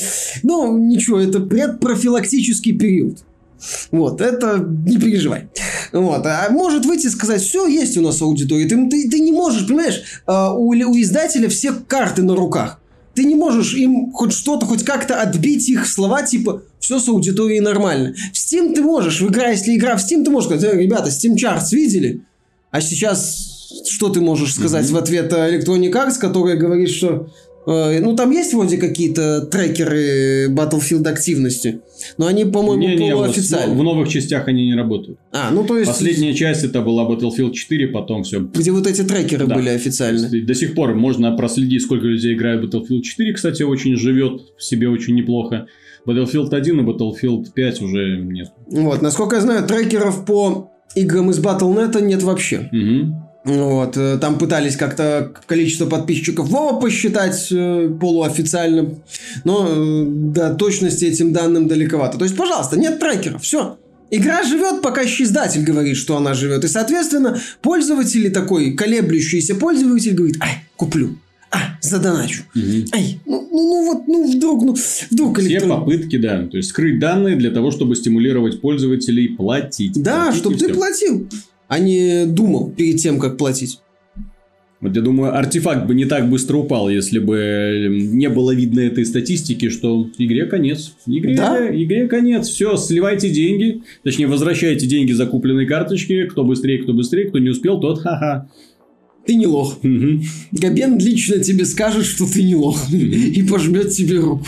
Но ничего, это предпрофилактический период. Вот, это не переживай. Вот, а может выйти и сказать, все, есть у нас аудитория. Ты, ты, ты не можешь, понимаешь, у, у издателя все карты на руках. Ты не можешь им хоть что-то, хоть как-то отбить их слова, типа, все с аудиторией нормально. В Steam ты можешь, в игра, если игра в Steam, ты можешь сказать, ребята, Steam Charts видели? А сейчас что ты можешь сказать mm-hmm. в ответ Electronic Arts, которая говорит, что... Ну, там есть вроде какие-то трекеры Battlefield активности, но они, по-моему, не, не, полуофициальные. В, в новых частях они не работают. А, ну то есть... Последняя часть это была Battlefield четыре, потом все. Где вот эти трекеры да. были официальные. До сих пор можно проследить, сколько людей играет в Battlefield четыре, кстати, очень живет в себе очень неплохо. Battlefield один и Battlefield пять уже нет. Вот, насколько я знаю, трекеров по играм из батл точка нет нет вообще. Угу. Вот, там пытались как-то количество подписчиков Вова посчитать э, полуофициальным, но э, до точности этим данным далековато. То есть, пожалуйста, нет трекеров, все. Игра живет, пока издатель говорит, что она живет. И, соответственно, пользователь такой, колеблющийся пользователь говорит, ай, куплю. А, задоначу. Угу. Ай, ну, ну, ну вот, ну вдруг, ну вдруг Все электрон... попытки, да. То есть, скрыть данные для того, чтобы стимулировать пользователей платить. Да, платить чтобы ты платил, а не думал перед тем, как платить. Вот я думаю, артефакт бы не так быстро упал, если бы не было видно этой статистики, что игре конец. Игре, да? игре конец. Все, сливайте деньги. Точнее, возвращайте деньги за купленные карточки. Кто быстрее, кто быстрее, кто не успел, тот ха-ха. Ты не лох. Угу. Габен лично тебе скажет, что ты не лох. Угу. И пожмет тебе руку.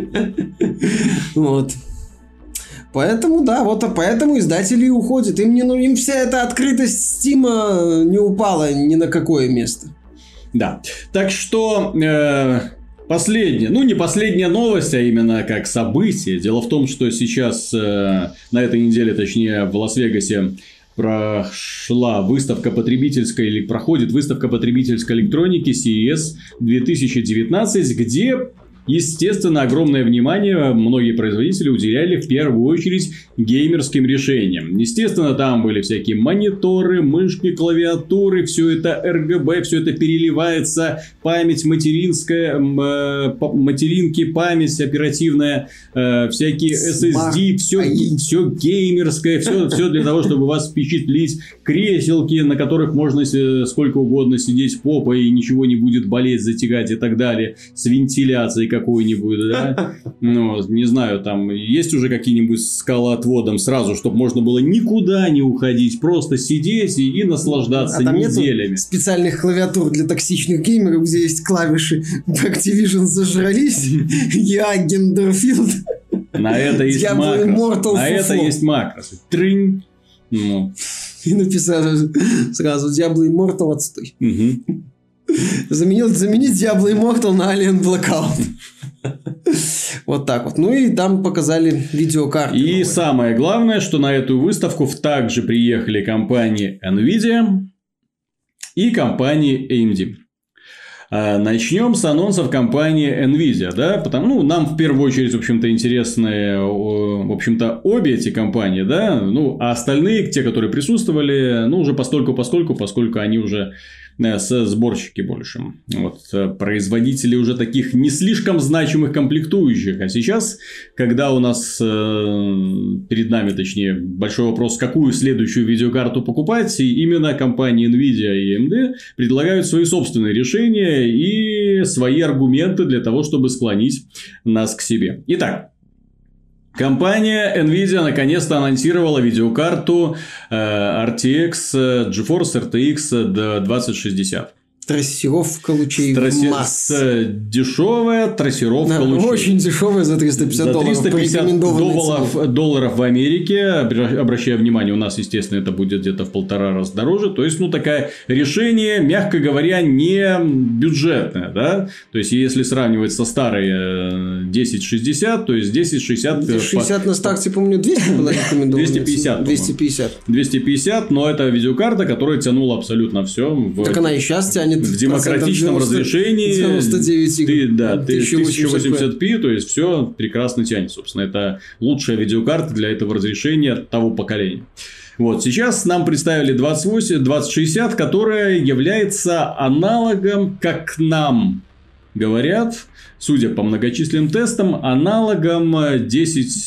Вот. Поэтому, да, вот поэтому издатели уходят. Им, не, ну, им вся эта открытость Стима не упала ни на какое место. Да. Так что э, последняя, ну не последняя новость, а именно как событие. Дело в том, что сейчас э, на этой неделе, точнее в Лас-Вегасе, прошла выставка потребительской или проходит выставка потребительской электроники си и эс две тысячи девятнадцать, где, естественно, огромное внимание многие производители уделяли в первую очередь геймерским решениям. Естественно, там были всякие мониторы, мышки, клавиатуры, все это эр джи би, все это переливается, память материнская, э, материнки, память оперативная, э, всякие эс эс ди, все, все геймерское, все, все для того, чтобы вас впечатлить, креселки, на которых можно сколько угодно сидеть попой и ничего не будет болеть, затягать и так далее, с вентиляцией какой-нибудь, да, ну, не знаю, там есть уже какие-нибудь скалоотводом сразу, чтобы можно было никуда не уходить, просто сидеть и, и наслаждаться а там неделями. Нет специальных клавиатур для токсичных геймеров, где есть клавиши Activision зажрались, я Гендерфилд. На это есть макрос. На это есть макрос. Трынь. Ну. И написал сразу Diablo Immortal отстой. Угу. Заменил, заменить Diablo Immortal на Alien Blackout. Вот так вот. Ну и там показали видеокарты. И новые. Самое главное, что на эту выставку также приехали компании Nvidia и компании эй эм ди. Начнем с анонсов компании Nvidia, да, потому, ну, нам в первую очередь, в общем-то, интересны, в общем-то, обе эти компании, да, ну, а остальные, те, которые присутствовали, ну, уже постольку, поскольку, поскольку они уже с сборщики больше. Вот, производители уже таких не слишком значимых комплектующих. А сейчас, когда у нас э, перед нами, точнее, большой вопрос, какую следующую видеокарту покупать, и именно компании Nvidia и эй эм ди предлагают свои собственные решения и свои аргументы для того, чтобы склонить нас к себе. Итак. Компания Nvidia наконец-то анонсировала видеокарту э, эр ти экс GeForce эр ти экс двадцать шестьдесят. Трассировка лучей Трасси... масс. Дешевая трассировка да, лучей. Очень дешевая за триста пятьдесят за долларов. триста пятьдесят долларов, долларов в Америке. Обращаю внимание, у нас, естественно, это будет где-то в полтора раза дороже. То есть, ну, такое решение, мягко говоря, не бюджетное. Да? То есть, если сравнивать со старой десять шестьдесят, то есть десять шестьдесят... десять шестьдесят на старте, помню, двести было рекомендовано. двести пятьдесят. двести пятьдесят. двести пятьдесят, но это видеокарта, которая тянула абсолютно все. В... Так она и сейчас тянет. В демократичном девяносто, разрешении девяносто девять ты, да, тысяча восемьдесят пи, то есть все прекрасно тянет, собственно. Это лучшая видеокарта для этого разрешения того поколения. Вот, сейчас нам представили двадцать восемь, двадцать шестьдесят, которая является аналогом, как нам говорят, судя по многочисленным тестам, аналогом десять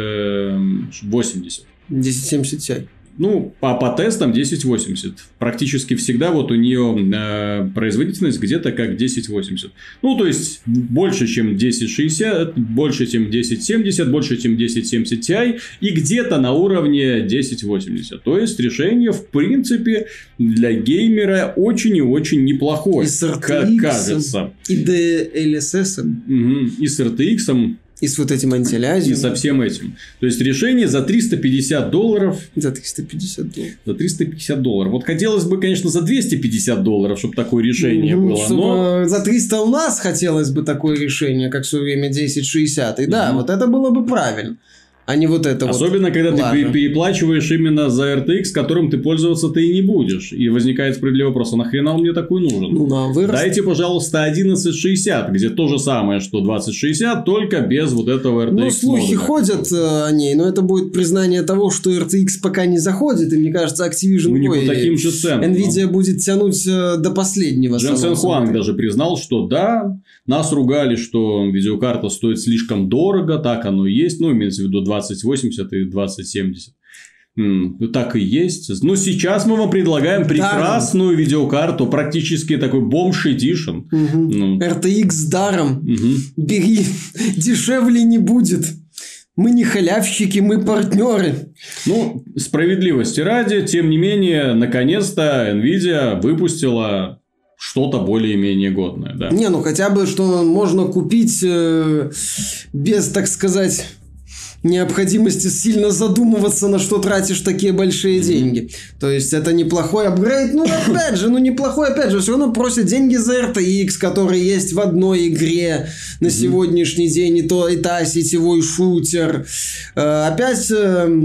восемьдесят. десять семьдесят Ti. Ну, по, по тестам десять восемьдесят. Практически всегда вот у нее э, производительность где-то как десять восемьдесят. Ну, то есть, больше, чем десять шестьдесят, больше, чем десять семьдесят, больше, чем десять семьдесят Ti и где-то на уровне десять восемьдесят. То есть, решение, в принципе, для геймера очень и очень неплохое, как кажется. И ди эл эс эс. Угу. И с эр ти экс. И с вот этим антилязием. И со всем этим. То есть, решение за триста пятьдесят долларов. За триста пятьдесят долларов. За триста пятьдесят долларов. Вот хотелось бы, конечно, за двести пятьдесят долларов, чтобы такое решение ну, было. Но... За триста у нас хотелось бы такое решение, как в свое время десять шестьдесят. И да, mm-hmm. вот это было бы правильно. а не вот это Особенно, вот. когда Ладно. ты переплачиваешь именно за эр ти экс, которым ты пользоваться ты и не будешь. И возникает справедливый вопрос, а нахрена он мне такой нужен? Ну, да, вырос. Дайте, пожалуйста, одиннадцать шестьдесят, где то же самое, что двадцать шестьдесят, только без вот этого эр ти экс. Ну, слухи модуля. ходят э, о ней, но это будет признание того, что эр ти экс пока не заходит, и мне кажется, Activision Ну, не ой, по таким же ценам. Nvidia но... будет тянуть э, до последнего. Дженсен Хуанг даже признал, что да, нас ругали, что видеокарта стоит слишком дорого, так оно и есть, ну, имеется в виду двадцать восемьдесят и двадцать семьдесят. М, так и есть. Но сейчас мы вам предлагаем прекрасную да. видеокарту, практически такой бомж эдишн. Угу. Ну. эр ти экс даром. Угу. Бери, дешевле не будет. Мы не халявщики, мы партнеры. Ну, справедливости ради, тем не менее, наконец-то Nvidia выпустила что-то более-менее годное. Да. Не, ну хотя бы, что можно купить э, без, так сказать, необходимости сильно задумываться, на что тратишь такие большие деньги. То есть, это неплохой апгрейд. Ну, опять же, ну неплохой, опять же, все равно просят деньги за эр ти экс, который есть в одной игре на mm-hmm. сегодняшний день, и то, и та сетевой шутер. Э, опять... Э,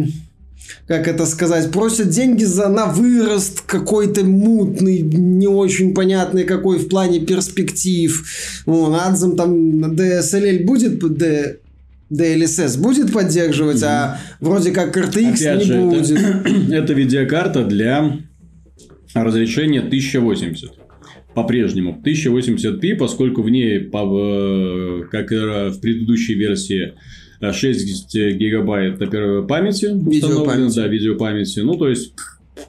как это сказать, просят деньги за на вырост какой-то мутный, не очень понятный какой в плане перспектив. Вон, Адзам там ди эс эл эл будет, ди эл эс эс будет поддерживать, mm-hmm. а вроде как эр ти экс Опять не же, будет. Это, это видеокарта для разрешения тысяча восемьдесят. По-прежнему тысяча восемьдесят пи, поскольку в ней, как и в предыдущей версии, шесть гигабайт памяти установлено, да, видеопамяти. Ну, то есть,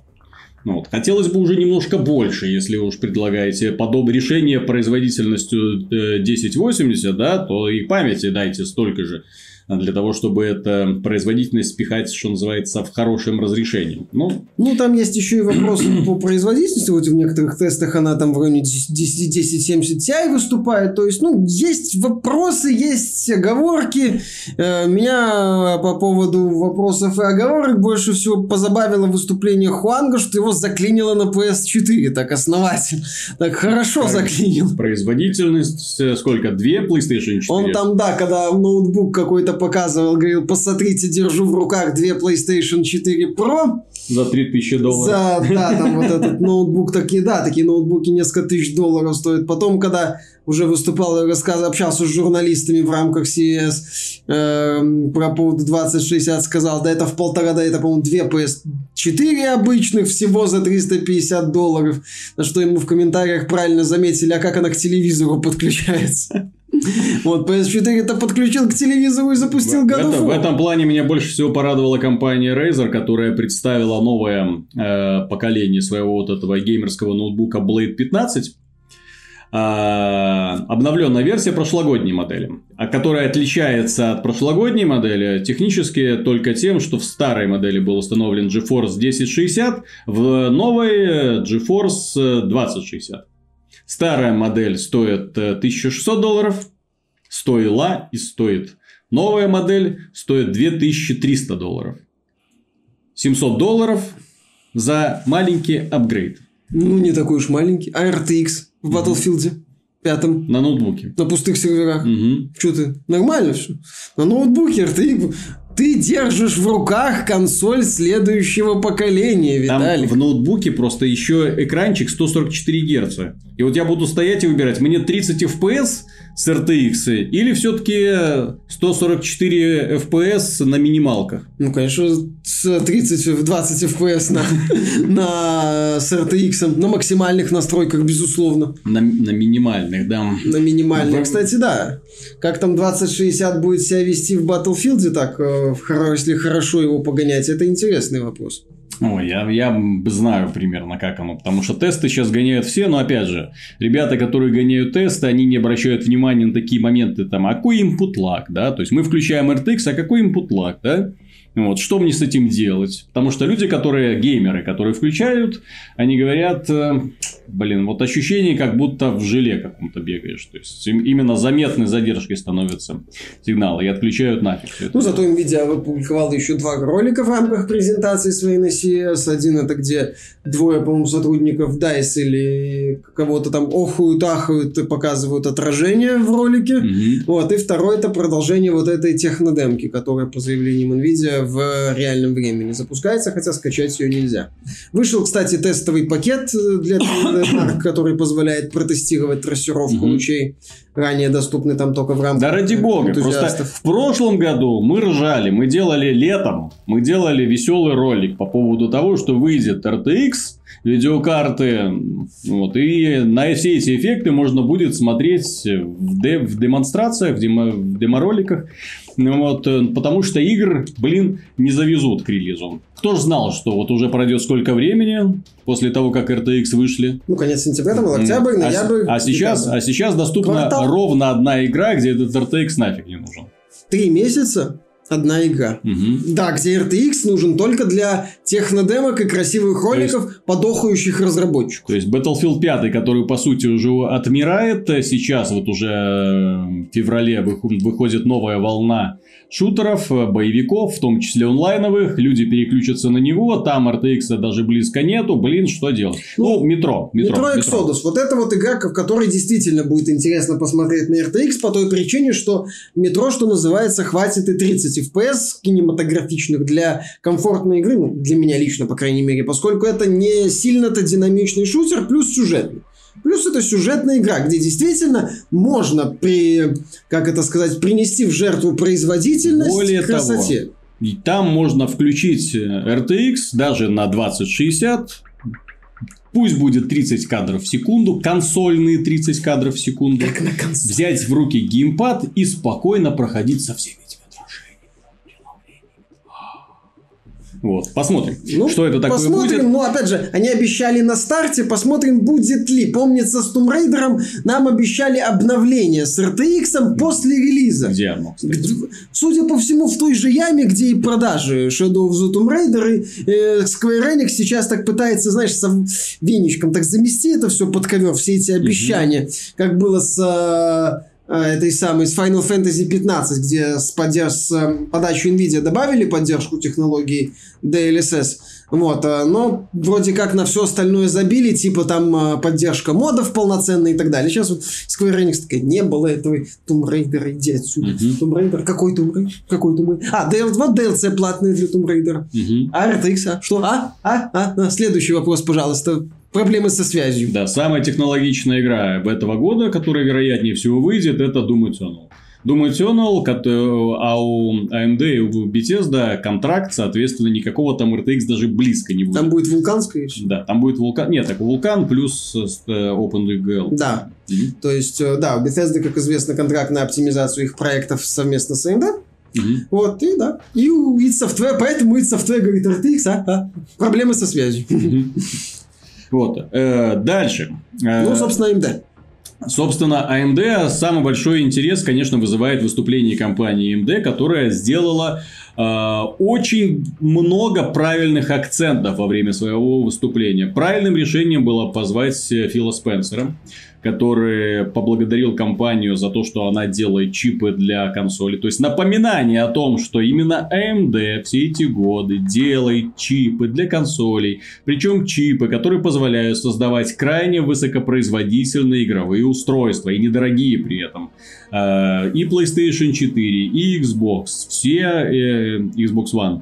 ну, вот. Хотелось бы уже немножко больше, если вы уж предлагаете подобное решение производительностью десять восемьдесят, да, то и памяти дайте столько же, для того, чтобы эту производительность спихать, что называется, в хорошем разрешении. Ну, ну там есть еще и вопросы по производительности. Вот в некоторых тестах она там в районе десять семьдесят Ti выступает. То есть, ну, есть вопросы, есть оговорки. Меня по поводу вопросов и оговорок больше всего позабавило выступление Хуанга, что его заклинило на пи эс четыре так основательно. Так хорошо как заклинил. Производительность сколько? Две PlayStation четыре? Он там, да, когда ноутбук какой-то показывал, говорил, посмотрите, держу в руках две PlayStation четыре Pro. За три тысячи долларов. За, да, там вот этот ноутбук, такие, да, такие ноутбуки несколько тысяч долларов стоят. Потом, когда уже выступал, рассказ, общался с журналистами в рамках си и эс э, про поводу двадцать шестьдесят, сказал, да это в полтора, да это, по-моему, две пи эс четыре обычных всего за триста пятьдесят долларов. На что ему в комментариях правильно заметили, а как она к телевизору подключается. Вот, пи эс четыре-то подключил к телевизору и запустил God of War. В этом плане меня больше всего порадовала компания Razer, которая представила новое э, поколение своего вот этого геймерского ноутбука Blade пятнадцать. Э, обновленная версия прошлогодней модели, которая отличается от прошлогодней модели технически только тем, что в старой модели был установлен GeForce десять шестьдесят, в новой GeForce двадцать шестьдесят. Старая модель стоит тысяча шестьсот долларов, стоила и стоит. Новая модель стоит две тысячи триста долларов. семьсот долларов за маленький апгрейд. Ну, не такой уж маленький. А эр ти экс в Battlefield пятом. На ноутбуке. На пустых серверах. Угу. Что ты? Нормально все. На ноутбуке эр ти экс... Ты держишь в руках консоль следующего поколения, Виталик. Там в ноутбуке просто еще экранчик сто сорок четыре герца. И вот я буду стоять и выбирать, мне тридцать эф пи эс с эр ти экс или все-таки сто сорок четыре эф пи эс на минималках? Ну, конечно, с тридцать двадцать эф пи эс на, на, с эр ти экс, на максимальных настройках, безусловно. На, на минимальных, да. На минимальных. Кстати, да. Как там двадцать шестьдесят будет себя вести в Battlefield, так, если хорошо его погонять, это интересный вопрос. Ой, я, я знаю примерно, как оно. Потому что тесты сейчас гоняют все. Но, опять же, ребята, которые гоняют тесты, они не обращают внимания на такие моменты. Там, а какой input lag, да? То есть, мы включаем эр ти экс, а какой input lag, да? Вот, что мне с этим делать? Потому что люди, которые геймеры, которые включают, они говорят, э, блин, вот ощущение, как будто в желе каком-то бегаешь. То есть, именно заметной задержкой становятся сигналы и отключают нафиг. Ну, зато Nvidia опубликовала еще два ролика в рамках презентации своей на си и эс. Один это где двое, по-моему, сотрудников дайс или кого-то там охуют, ахают и показывают отражение в ролике. Mm-hmm. Вот. И второй это продолжение вот этой технодемки, которая по заявлениям Nvidia в реальном времени запускается, хотя скачать ее нельзя. Вышел, кстати, тестовый пакет для который позволяет протестировать трассировку mm-hmm. лучей, ранее доступный там только в рамках. Да ради бога, просто в прошлом году мы ржали, мы делали летом, мы делали веселый ролик по поводу того, что выйдет эр ти экс, видеокарты, вот, и на все эти эффекты можно будет смотреть в, де- в демонстрациях, в, демо- в демороликах. Вот, потому что игр, блин, не завезут к релизу. Кто ж знал, что вот уже пройдет сколько времени после того, как эр ти экс вышли? Ну, конец сентября, там, октябрь, ноябрь. А, а, сейчас, а сейчас доступна Квартал. ровно одна игра, где этот эр ти экс нафиг не нужен. Три месяца? Одна игра. Угу. Да, где эр ти экс нужен только для технодемок и красивых роликов, есть, подохающих разработчиков. То есть Battlefield пять, который по сути уже отмирает, сейчас вот уже в феврале выходит новая волна шутеров, боевиков, в том числе онлайновых, люди переключатся на него, там эр ти экс даже близко нету, блин, что делать? Ну, ну метро, метро. Метро Exodus, вот это вот игра, в которой действительно будет интересно посмотреть на эр ти экс по той причине, что метро, что называется, хватит и тридцать эф пи эс кинематографичных для комфортной игры, ну, для меня лично, по крайней мере, поскольку это не сильно-то динамичный шутер, плюс сюжетный. Плюс это сюжетная игра, где действительно можно при, как это сказать, принести в жертву производительность Более к красоте. Того, и там можно включить эр ти экс даже на двадцать шестьдесят. Пусть будет тридцать кадров в секунду, консольные тридцать кадров в секунду. Как на консоли. Взять в руки геймпад и спокойно проходить со всеми этими отражениями. Вот, посмотрим, ну, что это такое посмотрим, будет. Ну, опять же, они обещали на старте, посмотрим, будет ли. Помнится, с Tomb Raider нам обещали обновление с эр ти экс после релиза. Где оно? Судя по всему, в той же яме, где и продажи Shadow of the Tomb Raider, и, э, Square Enix сейчас так пытается, знаешь, с веничком так замести это все под ковер, все эти обещания, угу. как было с... Э, этой самой, с Final Fantasy пятнадцать, где с, поддерж... с подачей Nvidia добавили поддержку технологии ди эл эс эс. Вот, но вроде как на все остальное забили, типа там поддержка модов полноценная и так далее. Сейчас вот Square Enix такая, не было этого Tomb Raider, иди отсюда. Uh-huh. Tomb Raider, какой Tomb Raider? Какой Tomb Raider? А, вот ди эл си платные для Tomb Raider. Uh-huh. А эр ти экс, а? Что? А? А? А? а? Следующий вопрос, пожалуйста. Проблемы со связью. Да, самая технологичная игра этого года, которая вероятнее всего выйдет, это Doom Eternal. Doom Eternal, а у эй эм ди и у Bethesda контракт, соответственно, никакого там эр ти экс даже близко не будет. Там будет вулканская еще? Да, там будет вулкан. Нет, так вулкан плюс OpenGL. Да. Mm-hmm. То есть, да, у Bethesda, как известно, контракт на оптимизацию их проектов совместно с эй эм ди. Mm-hmm. Вот, и да. И у id Software, поэтому id Software говорит, эр ти экс, а? а? Проблемы со связью. Mm-hmm. Вот. Э, дальше. Ну, собственно, эй эм ди. Собственно, эй эм ди самый большой интерес, конечно, вызывает выступление компании эй эм ди, которая сделала э, очень много правильных акцентов во время своего выступления. Правильным решением было позвать Фила Спенсера, который поблагодарил компанию за то, что она делает чипы для консоли. То есть, напоминание о том, что именно эй эм ди все эти годы делает чипы для консолей. Причем чипы, которые позволяют создавать крайне высокопроизводительные игровые устройства. И недорогие при этом. И PlayStation четыре, и Xbox. Все Xbox One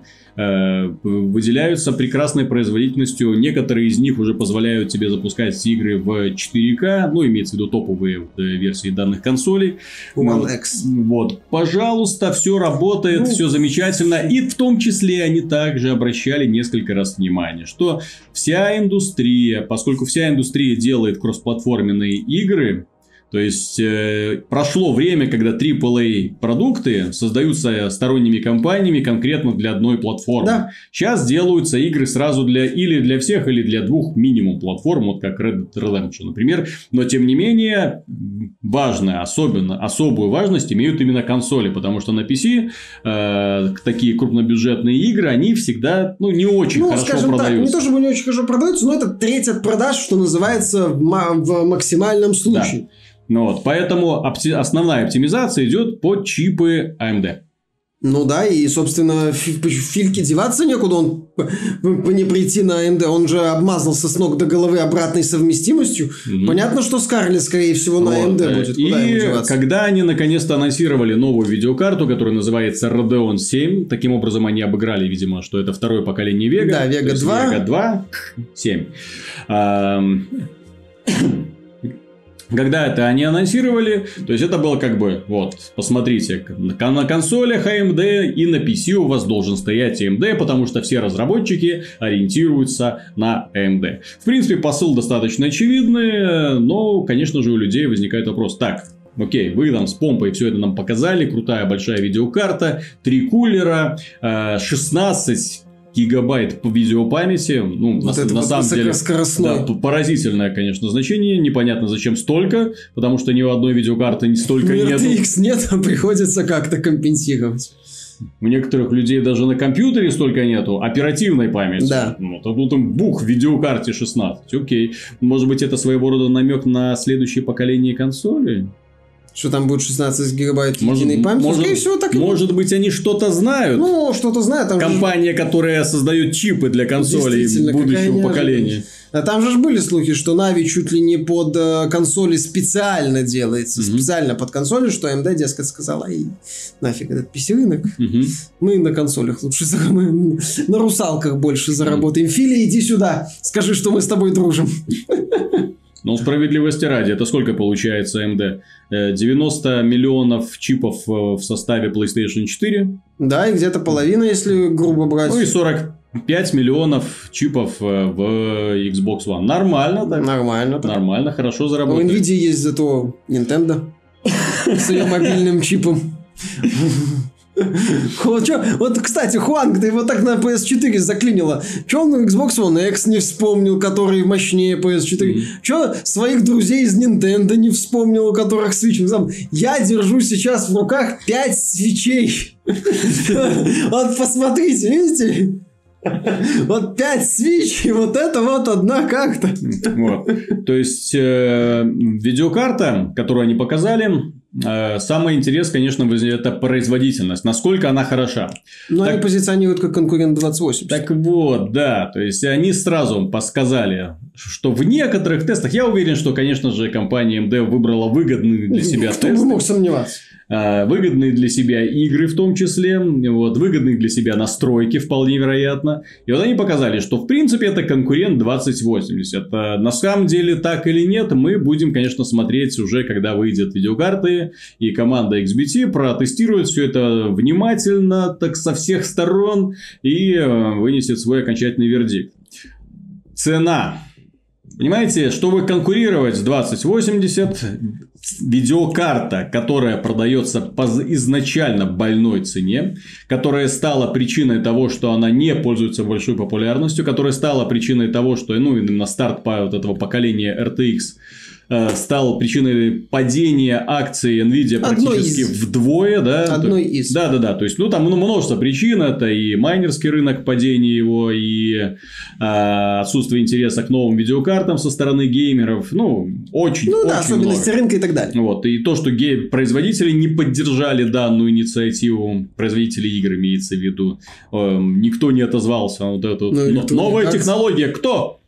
выделяются прекрасной производительностью. Некоторые из них уже позволяют тебе запускать игры в четыре ка, ну, имеется в виду топовые версии данных консолей. One X. Вот, пожалуйста, все работает, ну, все замечательно. И в том числе они также обращали несколько раз внимание, что вся индустрия, поскольку вся индустрия делает кроссплатформенные игры, То есть, э, прошло время, когда три эй продукты создаются сторонними компаниями конкретно для одной платформы. Да. Сейчас делаются игры сразу для или для всех, или для двух минимум платформ, вот как Red Dead Redemption, например. Но, тем не менее, важно, особенно, особую важность имеют именно консоли, потому что на пи си э, такие крупнобюджетные игры, они всегда, ну, не очень ну, хорошо скажем продаются. Так, не то чтобы не очень хорошо продаются, но это треть от продаж, что называется, в, в максимальном случае. Да. Ну, вот, поэтому опти- основная оптимизация идет под чипы эй эм ди. Ну да, и, собственно, Фильке деваться некуда, он не прийти на эй эм ди, он же обмазался с ног до головы обратной совместимостью. Mm-hmm. Понятно, что Скарлетт, скорее всего, на вот. эй эм ди будет. Куда и ему деваться? Когда они наконец-то анонсировали новую видеокарту, которая называется Radeon семь, таким образом они обыграли, видимо, что это второе поколение Vega. Да, Vega два. Vega два, семь. Когда это они анонсировали, то есть это было как бы, вот, посмотрите, на консолях эй эм ди и на пи си у вас должен стоять эй эм ди, потому что все разработчики ориентируются на эй эм ди. В принципе, посыл достаточно очевидный, но, конечно же, у людей возникает вопрос: так, окей, вы там с помпой все это нам показали, крутая большая видеокарта, три кулера, шестнадцать гигабайт по видеопамяти, ну, вот на, это на вот самом деле, да, поразительное, конечно, значение, непонятно зачем столько, потому что ни у одной видеокарты столько ну, нет. эр ти экс нет, а приходится как-то компенсировать. У некоторых людей даже на компьютере столько нету оперативной памяти. Да. Ну, тут там бух в видеокарте шестнадцать, окей. Может быть, это своего рода намек на следующее поколение консолей? Что там будет шестнадцать гигабайт может, единой памяти? Может, Скорее всего, так и может быть, они что-то знают. Ну, что-то знают. Там компания, же... которая создает чипы для консолей будущего поколения. А там же были слухи, что Navi чуть ли не под э, консоли специально делается. Mm-hmm. Специально под консоли, что эй эм ди, дескать, сказала: ай, нафиг этот пи си-рынок. Mm-hmm. Мы на консолях лучше заработаем. На русалках больше заработаем. Mm-hmm. Филя, иди сюда. Скажи, что мы с тобой дружим. Ну, справедливости ради, это сколько получается эй эм ди? девяносто миллионов чипов в составе PlayStation четыре. Да, и где-то половина, если грубо брать. Ну, и сорок пять миллионов чипов в Xbox One. Нормально так. Нормально так. Нормально, хорошо заработали. У Nvidia есть зато Nintendo с ее мобильным чипом. Вот, чё, вот, кстати, Хуанг, ты его так на пи эс четыре заклинило. Че он Xbox One X не вспомнил, который мощнее пи эс четыре? Mm-hmm. Че своих друзей из Nintendo не вспомнил, у которых Switch? Я держу сейчас в руках пять свечей. Вот посмотрите, видите? Вот пять свич, и вот это вот одна как-то. Вот. То есть, э, видеокарта, которую они показали, э, самое интересное, конечно, это производительность. Насколько она хороша. Но так, они позиционируют как конкурент двадцать восемь. Так вот, да. То есть, они сразу подсказали, что в некоторых тестах, я уверен, что, конечно же, компания эй эм ди выбрала выгодные для себя Кто тесты. бы мог сомневаться. Выгодные для себя игры в том числе, вот, выгодные для себя настройки вполне вероятно. И вот они показали, что в принципе это конкурент двадцать восемьдесят. На самом деле так или нет, мы будем, конечно, смотреть уже, когда выйдет видеокарты, и команда икс би ти протестирует все это внимательно, так со всех сторон, и вынесет свой окончательный вердикт. Цена. Понимаете, чтобы конкурировать с двадцать восемьдесят, видеокарта, которая продается по изначально больной цене, которая стала причиной того, что она не пользуется большой популярностью, которая стала причиной того, что, ну, именно старт вот этого поколения эр ти экс стал причиной падения акций Nvidia практически из. вдвое, да? Одной из. Да, да, да. То есть, ну, там ну, множество причин. Это и майнерский рынок, падение его, и э, отсутствие интереса к новым видеокартам со стороны геймеров. Ну, очень, ну, очень да, особенности много. рынка и так далее. Вот. И то, что гей- производители не поддержали данную инициативу, производители игр имеется в виду, э, никто не отозвался на вот эту ну, новая технология. Кто?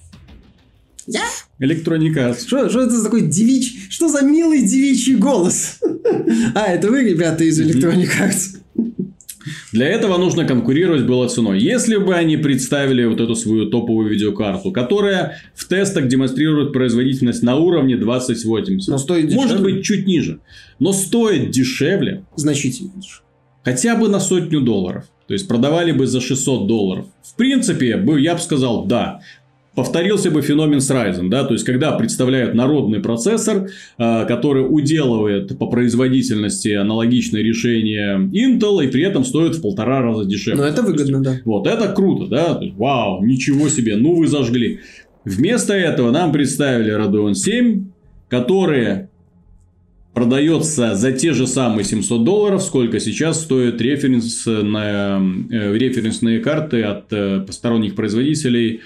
Я? Electronic Arts. Что, что это за такой девичий... Что за милый девичий голос? А, это вы, ребята, из Electronic Arts. Для этого нужно конкурировать было ценой. Если бы они представили вот эту свою топовую видеокарту, которая в тестах демонстрирует производительность на уровне двадцать восемьдесят. Но стоит дешевле. Может быть, чуть ниже. Но стоит дешевле. Значительно дешевле. Хотя бы на сотню долларов. То есть, продавали бы за шестьсот долларов. В принципе, я бы сказал, да. повторился бы феномен с Ryzen, да, то есть, когда представляют народный процессор, который уделывает по производительности аналогичное решение Intel, и при этом стоит в полтора раза дешевле. Но это выгодно, да. Вот, это круто, да, то есть, вау, ничего себе, ну вы зажгли. Вместо этого нам представили Radeon семь, которые продается за те же самые семьсот долларов, сколько сейчас стоят референсные, референсные карты от посторонних производителей.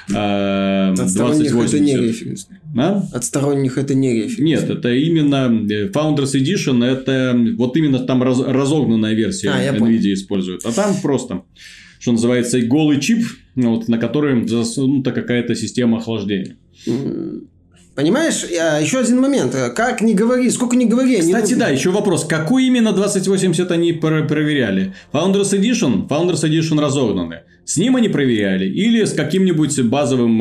От сторонних это не референсные. А? От сторонних это не референсные. Нет, это именно Founders Edition, это вот именно там раз, разогнанная версия а, NVIDIA используют. А там просто, что называется, голый чип, вот, на котором засунута какая-то система охлаждения. Понимаешь, еще один момент. Как ни говори, сколько ни говори. Кстати, не... да, еще вопрос. Какой именно двадцать восемьдесят они проверяли? Founders Edition? Founders Edition разогнанный. С ним они проверяли? Или с каким-нибудь базовым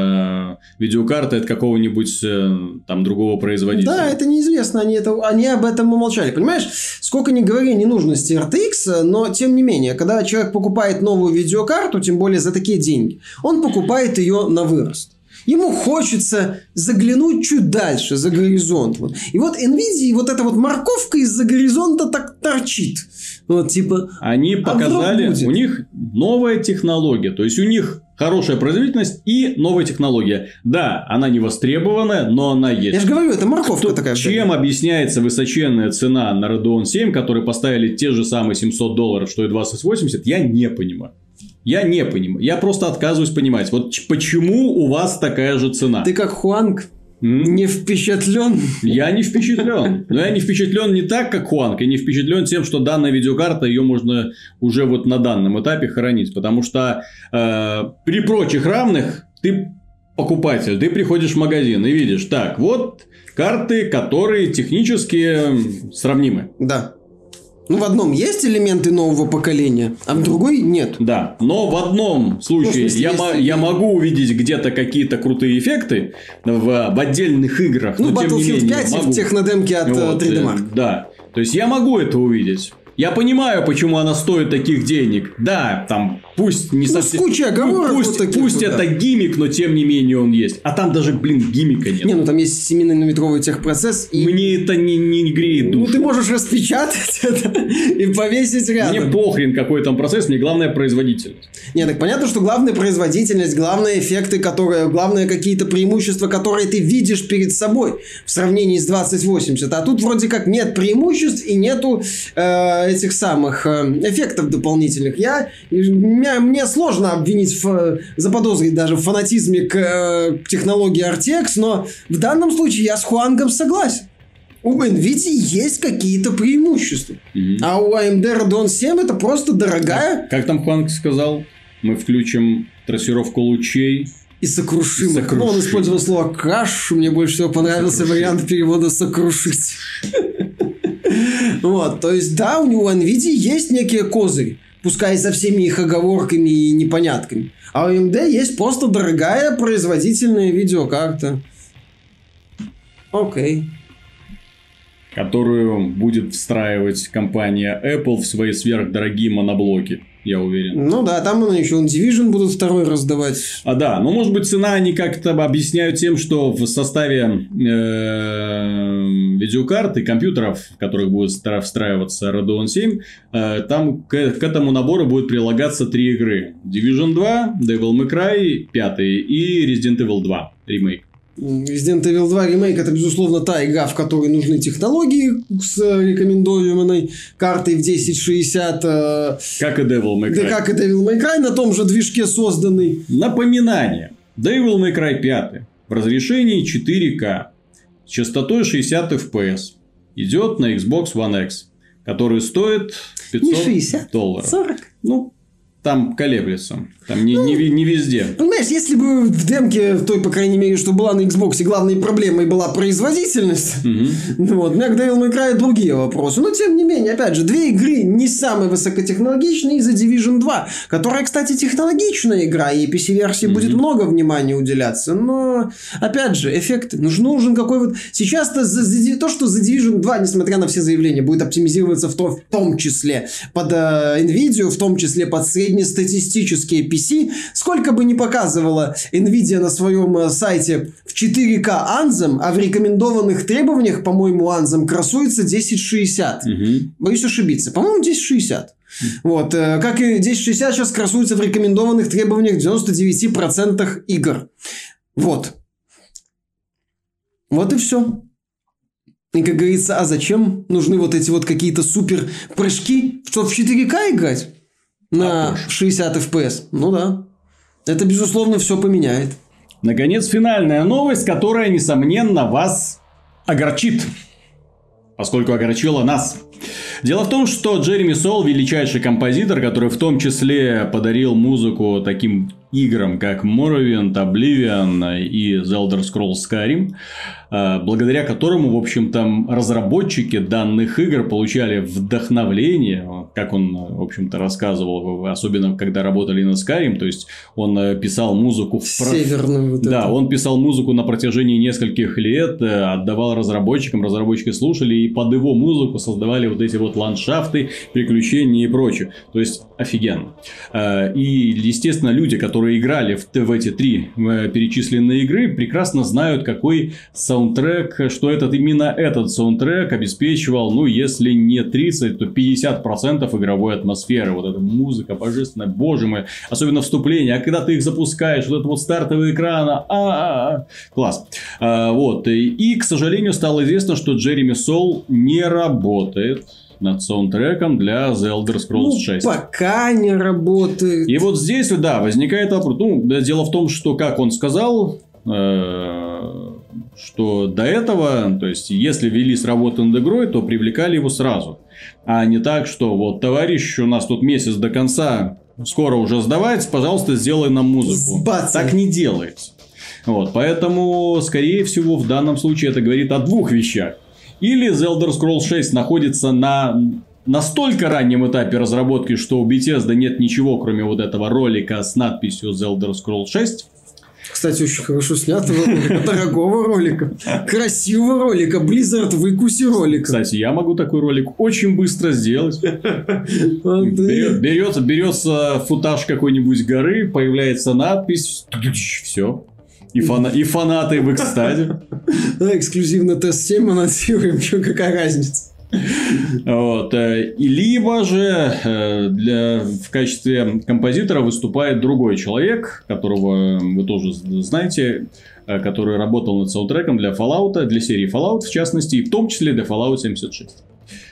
э, видеокартой от какого-нибудь э, там другого производителя? Да, это неизвестно. Они, это, они об этом умолчали. Понимаешь, сколько ни говори ненужности эр ти экс, но тем не менее, когда человек покупает новую видеокарту, тем более за такие деньги, он покупает ее на вырост. Ему хочется заглянуть чуть дальше, за горизонт. Вот. И вот NVIDIA, вот эта вот морковка из-за горизонта так торчит. Вот, типа, они показали, а у них новая технология. То есть, у них хорошая производительность и новая технология. Да, она не востребованная, но она есть. Я же говорю, это морковка Кто, такая. Чем да? объясняется высоченная цена на Radeon семь, которые поставили те же самые семьсот долларов, что и двадцать восемьдесят, я не понимаю. Я не понимаю. Я просто отказываюсь понимать. Вот почему у вас такая же цена? Ты как Хуанг м? не впечатлен? Я не впечатлен. Но я не впечатлен не так, как Хуанг. Я не впечатлен тем, что данная видеокарта, ее можно уже вот на данном этапе хранить. Потому что э, при прочих равных ты покупатель, ты приходишь в магазин и видишь, так, вот карты, которые технически сравнимы. Да. Ну, в одном есть элементы нового поколения, а в другой нет. Да, но в одном случае ну, в я, мо- я могу увидеть где-то какие-то крутые эффекты в, в отдельных играх. Ну, но, Battlefield тем не менее, пять могу. в технодемке от вот, три дэ Mark. Да, то есть, я могу это увидеть. Я понимаю, почему она стоит таких денег. Да, там пусть не ну, совсем... Куча оговорок пусть вот таких, пусть вот, это да. гиммик, но тем не менее он есть. А там даже, блин, гиммика нет. Не, ну там есть семинанометровый техпроцесс. И... Мне это не, не греет душу. Ну, ты можешь распечатать это и повесить рядом. Мне похрен, какой там процесс, мне главное производительность. Не, так понятно, что главная производительность, главные эффекты, которые, главные какие-то преимущества, которые ты видишь перед собой в сравнении с двадцать восемьдесят. А тут вроде как нет преимуществ и нету э, этих самых э, эффектов дополнительных. Я, меня, мне сложно обвинить, в, заподозрить даже в фанатизме к, э, к технологии ар ти экс, но в данном случае я с Хуангом согласен. У NVIDIA есть какие-то преимущества. Mm-hmm. А у эй эм ди Radeon семь это просто дорогая... Как, как там Хуанг сказал? Мы включим трассировку лучей... И сокрушим. сокрушим. Ну, он использовал слово «краш». Мне больше всего понравился сокрушим. Вариант перевода «сокрушить». Вот, то есть, да, у него NVIDIA есть некие козыри. Пускай со всеми их оговорками и непонятками. А у эй эм ди есть просто дорогая производительная видеокарта. Окей. Которую будет встраивать компания Apple в свои сверхдорогие моноблоки, я уверен. Ну да, там они еще Division будут второй раздавать. А да, но может быть цена они как-то объясняют тем, что в составе э, видеокарт и компьютеров, в которых будет встраиваться Radeon семь, э, там к, к этому набору будет прилагаться три игры: Division два, Devil May Cry пять и Resident Evil два ремейк. Resident Evil два ремейк это, безусловно, та игра, в которой нужны технологии с рекомендуемой картой в десять шестьдесят. Как и Devil May Cry. Да, как и Devil May Cry, на том же движке созданный. Напоминание. Devil May Cry пять в разрешении четыре ка с частотой шестьдесят эф пи эс идет на Xbox One X, который стоит пятьсот не шестьдесят, долларов. сорок. Ну, там колеблется. Там не, ну, не, не везде. Понимаешь, если бы в демке, той, по крайней мере, что была на Xbox, главной проблемой была производительность, mm-hmm. вот, у меня к Devil May Cry другие вопросы. Но, тем не менее, опять же, две игры не самые высокотехнологичные из-за Division два, которая, кстати, технологичная игра, и пи си-версии mm-hmm. будет много внимания уделяться. Но, опять же, эффекты. Нужен, нужен какой вот... Сейчас-то за, за, то, что за Division два, несмотря на все заявления, будет оптимизироваться в, то, в том числе под uh, NVIDIA, в том числе под средний среднестатистические пи си, сколько бы ни показывала Nvidia на своем сайте в четыре ка Anthem, а в рекомендованных требованиях, по-моему, Anthem красуется десять шестьдесят. Угу. Боюсь ошибиться. По-моему, десять шестьдесят. Вот, как и десять шестьдесят сейчас красуется в рекомендованных требованиях девяносто девять процентов игр. Вот. Вот и все. И, как говорится, а зачем нужны вот эти вот какие-то супер прыжки, чтобы в четыре ка играть на шестьдесят эф пи эс? Ну да. Это, безусловно, все поменяет. Наконец, финальная новость, которая, несомненно, вас огорчит. Поскольку огорчила нас. Дело в том, что Джереми Соул, величайший композитор, который в том числе подарил музыку таким играм, как Morrowind, Oblivion и The Elder Scrolls Skyrim, благодаря которому, в общем-то, разработчики данных игр получали вдохновление, как он, в общем-то, рассказывал, особенно когда работали на Skyrim, то есть он писал музыку в северную. Вот да, это. Он писал музыку на протяжении нескольких лет, отдавал разработчикам, разработчики слушали и под его музыку создавали вот эти вот ландшафты, приключения и прочее. То есть офигенно. И, естественно, люди, которые играли в, в эти три перечисленные игры, прекрасно знают, какой саундтрек, что этот именно этот саундтрек обеспечивал, ну, если не тридцать, то пятьдесят процентов игровой атмосферы. Вот эта музыка божественная, боже мой, особенно вступление. А когда ты их запускаешь, вот этот вот стартовый экран, а-а-а, класс. А, вот. И, к сожалению, стало известно, что Джереми Соул не работает над саундтреком для The Elder Scrolls шесть. Ну, пока не работает. И вот здесь, да, возникает вопрос. Ну, дело в том, что, как он сказал, э- что до этого, то есть, если вели с работы над игрой, то привлекали его сразу. А не так, что вот, товарищ, у нас тут месяц до конца, скоро уже сдавать, пожалуйста, сделай нам музыку. Сбаться. Так не делается. Вот, поэтому, скорее всего, в данном случае это говорит о двух вещах. Или The Elder Scrolls шесть находится на настолько раннем этапе разработки, что у Bethesda нет ничего, кроме вот этого ролика с надписью The Elder Scrolls шесть. Кстати, очень хорошо снятого ролика, дорогого ролика, красивого ролика, Blizzard выкуси ролика. Кстати, я могу такой ролик очень быстро сделать. Берется, берется футаж какой-нибудь горы, появляется надпись, все. И, фана... и фанаты в экстазе. Да, эксклюзивно тест семь анонсируем, что какая разница. Вот. И либо же для... в качестве композитора выступает другой человек, которого вы тоже знаете, который работал над саундтреком для Fallout, для серии Fallout в частности, и в том числе для Fallout семьдесят шесть.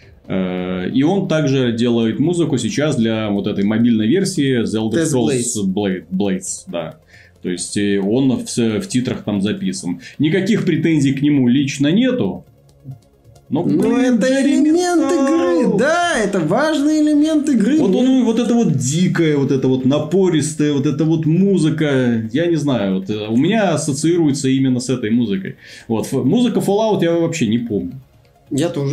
И он также делает музыку сейчас для вот этой мобильной версии The Elder Scrolls Blades. Blades, да. То есть он в, в титрах там записан. Никаких претензий к нему лично нету. Но, блин, но это элемент игры, да, это важный элемент игры. Вот он, вот это вот дикая, вот это вот напористая, вот эта вот музыка, я не знаю, вот, у меня ассоциируется именно с этой музыкой. Вот, музыка Fallout я вообще не помню. Я тоже.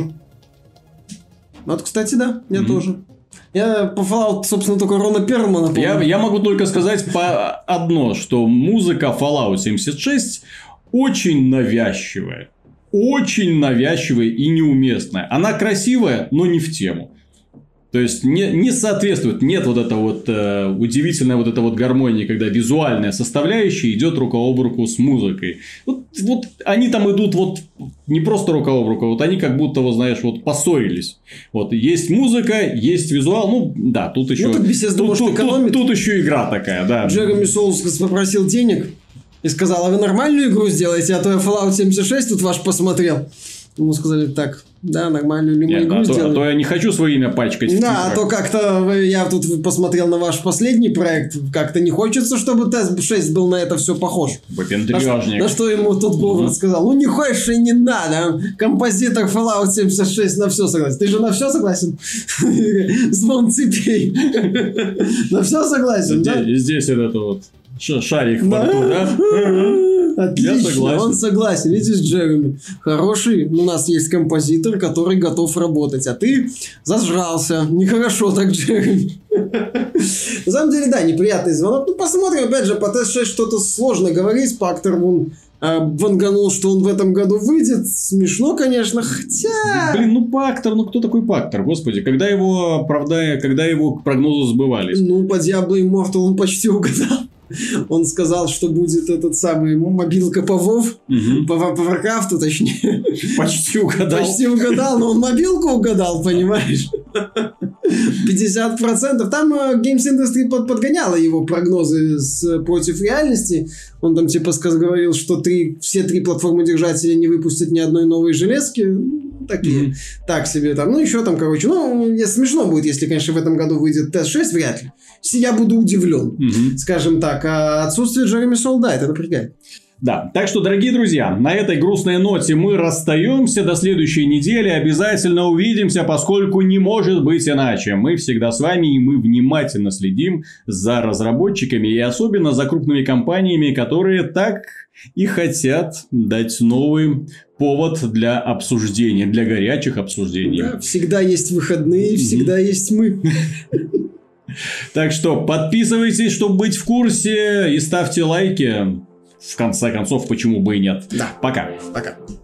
Вот, кстати, да, я mm-hmm. тоже. Я по Fallout, собственно, только Рона Перлмана помню. Я, я могу только сказать по одно, что музыка Fallout семьдесят шесть очень навязчивая. Очень навязчивая и неуместная. Она красивая, но не в тему. То есть, не, не соответствует. Нет вот этой вот э, удивительной вот этой вот гармонии, когда визуальная составляющая идет рука об руку с музыкой. Вот, вот они там идут вот не просто рука об руку, вот они как будто, вот, знаешь, вот поссорились. Вот есть музыка, есть визуал. Ну, да, тут еще... Ну, тут, тут, тут, тут, тут еще игра такая, да. Джереми Соул попросил денег и сказал, а вы нормальную игру сделаете, а то я Fallout семьдесят шесть тут ваш посмотрел. Ему сказали, так, да, нормальную ли мы игру а сделаем. То, а то я не хочу свое имя пачкать. Да, а то как-то я тут посмотрел на ваш последний проект, как-то не хочется, чтобы Т С шесть был на это все похож. Выпендрежник. На что ему тут Говард сказал, ну не хочешь и не надо, композитор Fallout семьдесят шесть на все согласен. Ты же на все согласен? Звон цепей. На все согласен, да? Здесь это вот шарик в порту, да? Отлично, согласен. Он согласен. Видишь, Джереми, хороший у нас есть композитор, который готов работать, а ты зажрался. Нехорошо так, Джереми. На самом деле, да, неприятный звонок. Ну, посмотрим, опять же, по Т С шесть что-то сложно говорить. По Actor Moon ванганул, что он в этом году выйдет. Смешно, конечно, хотя... Блин, ну Пактор, ну кто такой Пактор, господи, когда его, правда, когда его прогнозы сбывались? Ну, по Diablo Immortal он почти угадал. Он сказал, что будет этот самый мобилка по вов, угу. по, по Варкрафту, точнее. Почти угадал. Почти угадал, но он мобилку угадал, понимаешь? пятьдесят процентов. Там Games Industry под, подгоняла его прогнозы с, против реальности. Он там типа говорил, что три, все три платформы-держателя не выпустят ни одной новой железки. Такие. Mm-hmm. Так себе там. Ну, еще там, короче. Ну, смешно будет, если, конечно, в этом году выйдет Т шесть, вряд ли. Я буду удивлен, mm-hmm. скажем так. А отсутствие Джереми Солда это напрягает. Да, так что, дорогие друзья, на этой грустной ноте мы расстаемся до следующей недели. Обязательно увидимся, поскольку не может быть иначе. Мы всегда с вами, и мы внимательно следим за разработчиками и особенно за крупными компаниями, которые так и хотят дать новый повод для обсуждения, для горячих обсуждений. Да, всегда есть выходные, всегда есть мы. Так что подписывайтесь, чтобы быть в курсе, и ставьте лайки. В конце концов, почему бы и нет. Да. Пока. Пока.